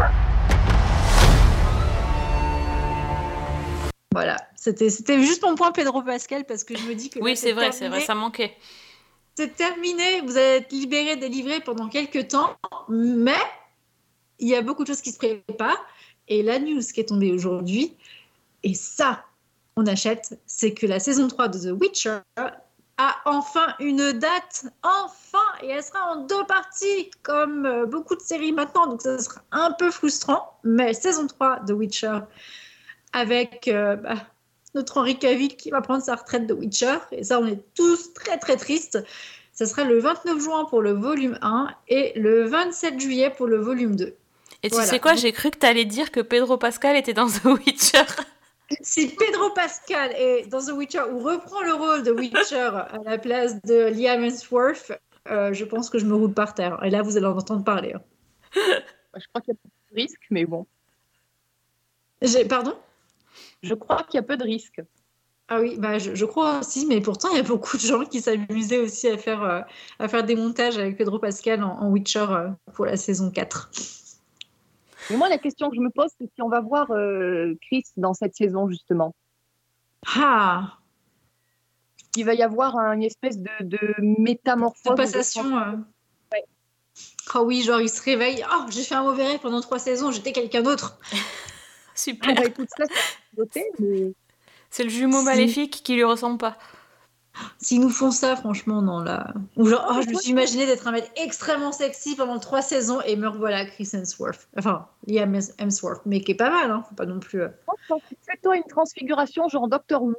Voilà, c'était juste mon point Pedro Pascal parce que je me dis que... Oui, c'est vrai, ça manquait. C'est terminé, vous allez être libérés, délivrés pendant quelques temps, mais il y a beaucoup de choses qui se préparent. Et la news qui est tombée aujourd'hui, et ça, on achète, c'est que la saison 3 de The Witcher a enfin une date, et elle sera en 2 parties, comme beaucoup de séries maintenant, donc ça sera un peu frustrant, mais saison 3 de The Witcher, avec notre Henry Cavill qui va prendre sa retraite de Witcher. Et ça, on est tous très très tristes. Ça sera le 29 juin pour le volume 1 et le 27 juillet pour le volume 2. Et tu sais quoi, j'ai cru que tu allais dire que Pedro Pascal était dans The Witcher. Si Pedro Pascal est dans The Witcher ou reprend le rôle de Witcher à la place de Liam Hemsworth, je pense que je me roule par terre. Et là, vous allez en entendre parler. Je crois qu'il y a peu de risques, mais bon. Pardon ? Je crois qu'il y a peu de risques. Ah oui, bah je crois aussi, mais pourtant, il y a beaucoup de gens qui s'amusaient aussi à faire des montages avec Pedro Pascal en Witcher pour la saison 4. Mais moi, la question que je me pose, c'est si on va voir Chris dans cette saison, justement. Ah! Il va y avoir une espèce de métamorphose. De passation. Ouais. Oh oui, genre il se réveille. Oh, j'ai fait un mauvais rêve pendant 3 saisons, j'étais quelqu'un d'autre. Super. Ah, écoute, ça, c'est noté, mais... C'est le jumeau maléfique qui lui ressemble pas. S'ils nous font ça, franchement, non, là. Ou genre, je me suis imaginé d'être un mec extrêmement sexy pendant 3 saisons et me revoilà Chris Hemsworth. Enfin, Liam Hemsworth, mais qui est pas mal, hein. Faut pas non plus. Fais-toi une transfiguration, genre Doctor Who.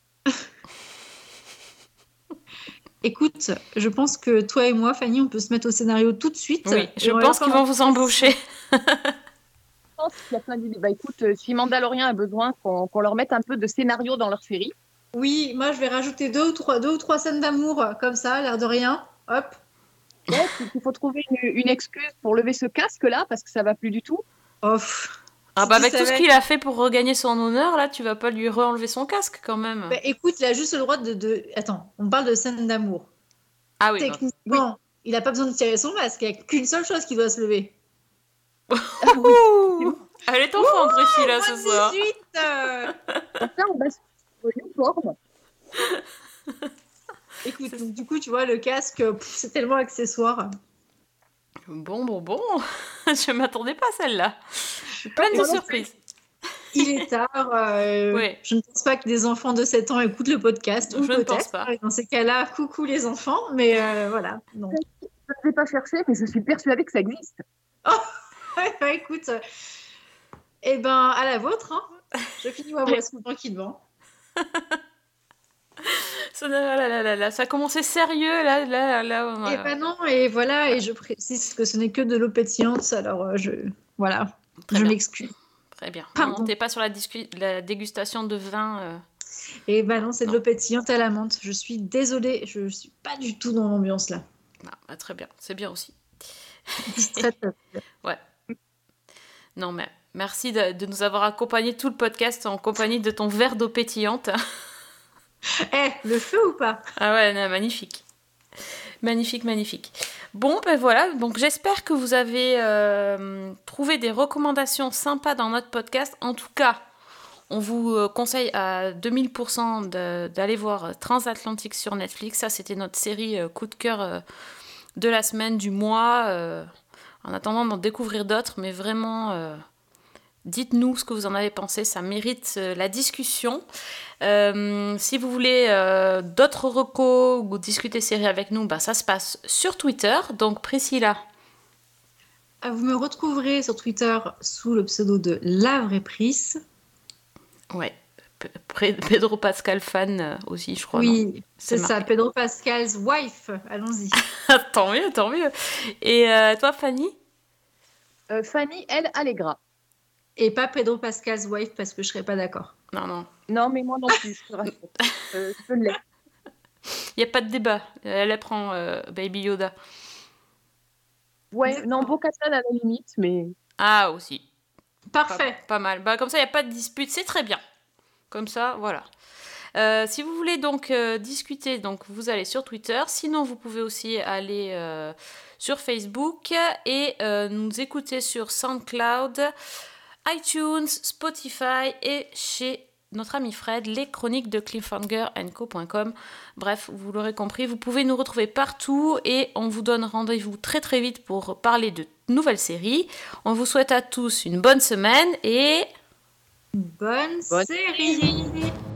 Écoute, je pense que toi et moi, Fanny, on peut se mettre au scénario tout de suite. Oui, je pense qu'ils vont vous embaucher. Je pense qu'il y a plein d'idées. Bah écoute, si Mandalorian a besoin qu'on leur mette un peu de scénario dans leur série. Oui, moi je vais rajouter 2 ou 3 scènes d'amour comme ça, l'air de rien. Hop. Ouais, il faut trouver une excuse pour lever ce casque-là parce que ça va plus du tout. Off. Ah bah avec tout ce qu'il a fait pour regagner son honneur, là, tu vas pas lui re-enlever son casque quand même. Bah, écoute, il a juste le droit de... Attends, on parle de scène d'amour. Ah oui. Techniquement, il a pas besoin de tirer son masque, il n'y a qu'une seule chose qui doit se lever. Elle est en forme, Priscilla, ce soir. Ça, on passe au uniforme. Écoute, donc, du coup, tu vois, le casque, c'est tellement accessoire. Bon. Je m'attendais pas à celle-là. Pleine de surprises. Il est tard. Oui. Je ne pense pas que des enfants de 7 ans écoutent le podcast. Je ne pense pas. Dans ces cas-là, coucou les enfants. Mais voilà. Non. Je ne vais pas chercher, mais je suis persuadée que ça existe. Oh, écoute. Eh ben, à la vôtre. Hein. Je finis ma boisson tranquillement. Ça a commencé sérieux, là. Et ben non, et voilà. Et je précise que ce n'est que de l'eau pétillante. Alors, je m'excuse. Très bien. Non, t'es pas sur la dégustation de vin. Et ben non, c'est de l'eau pétillante à la menthe. Je suis désolée, je suis pas du tout dans l'ambiance là. Bah, très bien, c'est bien aussi. Très bien. Ouais. Non mais merci de nous avoir accompagnés tout le podcast en compagnie de ton verre d'eau pétillante. Le feu ou pas? Ah ouais, non, magnifique. Magnifique. Bon, ben voilà, donc j'espère que vous avez trouvé des recommandations sympas dans notre podcast. En tout cas, on vous conseille à 2000% d'aller voir Transatlantique sur Netflix. Ça, c'était notre série coup de cœur de la semaine, du mois. En attendant d'en découvrir d'autres, mais vraiment... dites-nous ce que vous en avez pensé, ça mérite la discussion. Si vous voulez d'autres recos ou discuter séries avec nous, ça se passe sur Twitter. Donc Priscilla. Vous me retrouverez sur Twitter sous le pseudo de La Vraie Pris. Ouais, Pedro Pascal fan aussi, je crois. Oui, non c'est ça, Pedro Pascal's wife. Allons-y. Tant mieux. Et toi, Fanny? Fanny, elle, Allegra. Et pas Pedro Pascal's wife parce que je serais pas d'accord. Non. Non, mais moi non plus, je te raconte. Je l'ai. Il n'y a pas de débat. Elle prend Baby Yoda. Ouais, non, Bo-Katan à la limite, mais... Ah, aussi. Parfait. Pas mal. Comme ça, il n'y a pas de dispute. C'est très bien. Comme ça, voilà. Si vous voulez donc discuter, donc vous allez sur Twitter. Sinon, vous pouvez aussi aller sur Facebook et nous écouter sur SoundCloud, iTunes, Spotify et chez notre ami Fred, les chroniques de cliffhangerandco.com. Bref, vous l'aurez compris, vous pouvez nous retrouver partout et on vous donne rendez-vous très très vite pour parler de nouvelles séries. On vous souhaite à tous une bonne semaine et... Bonne série.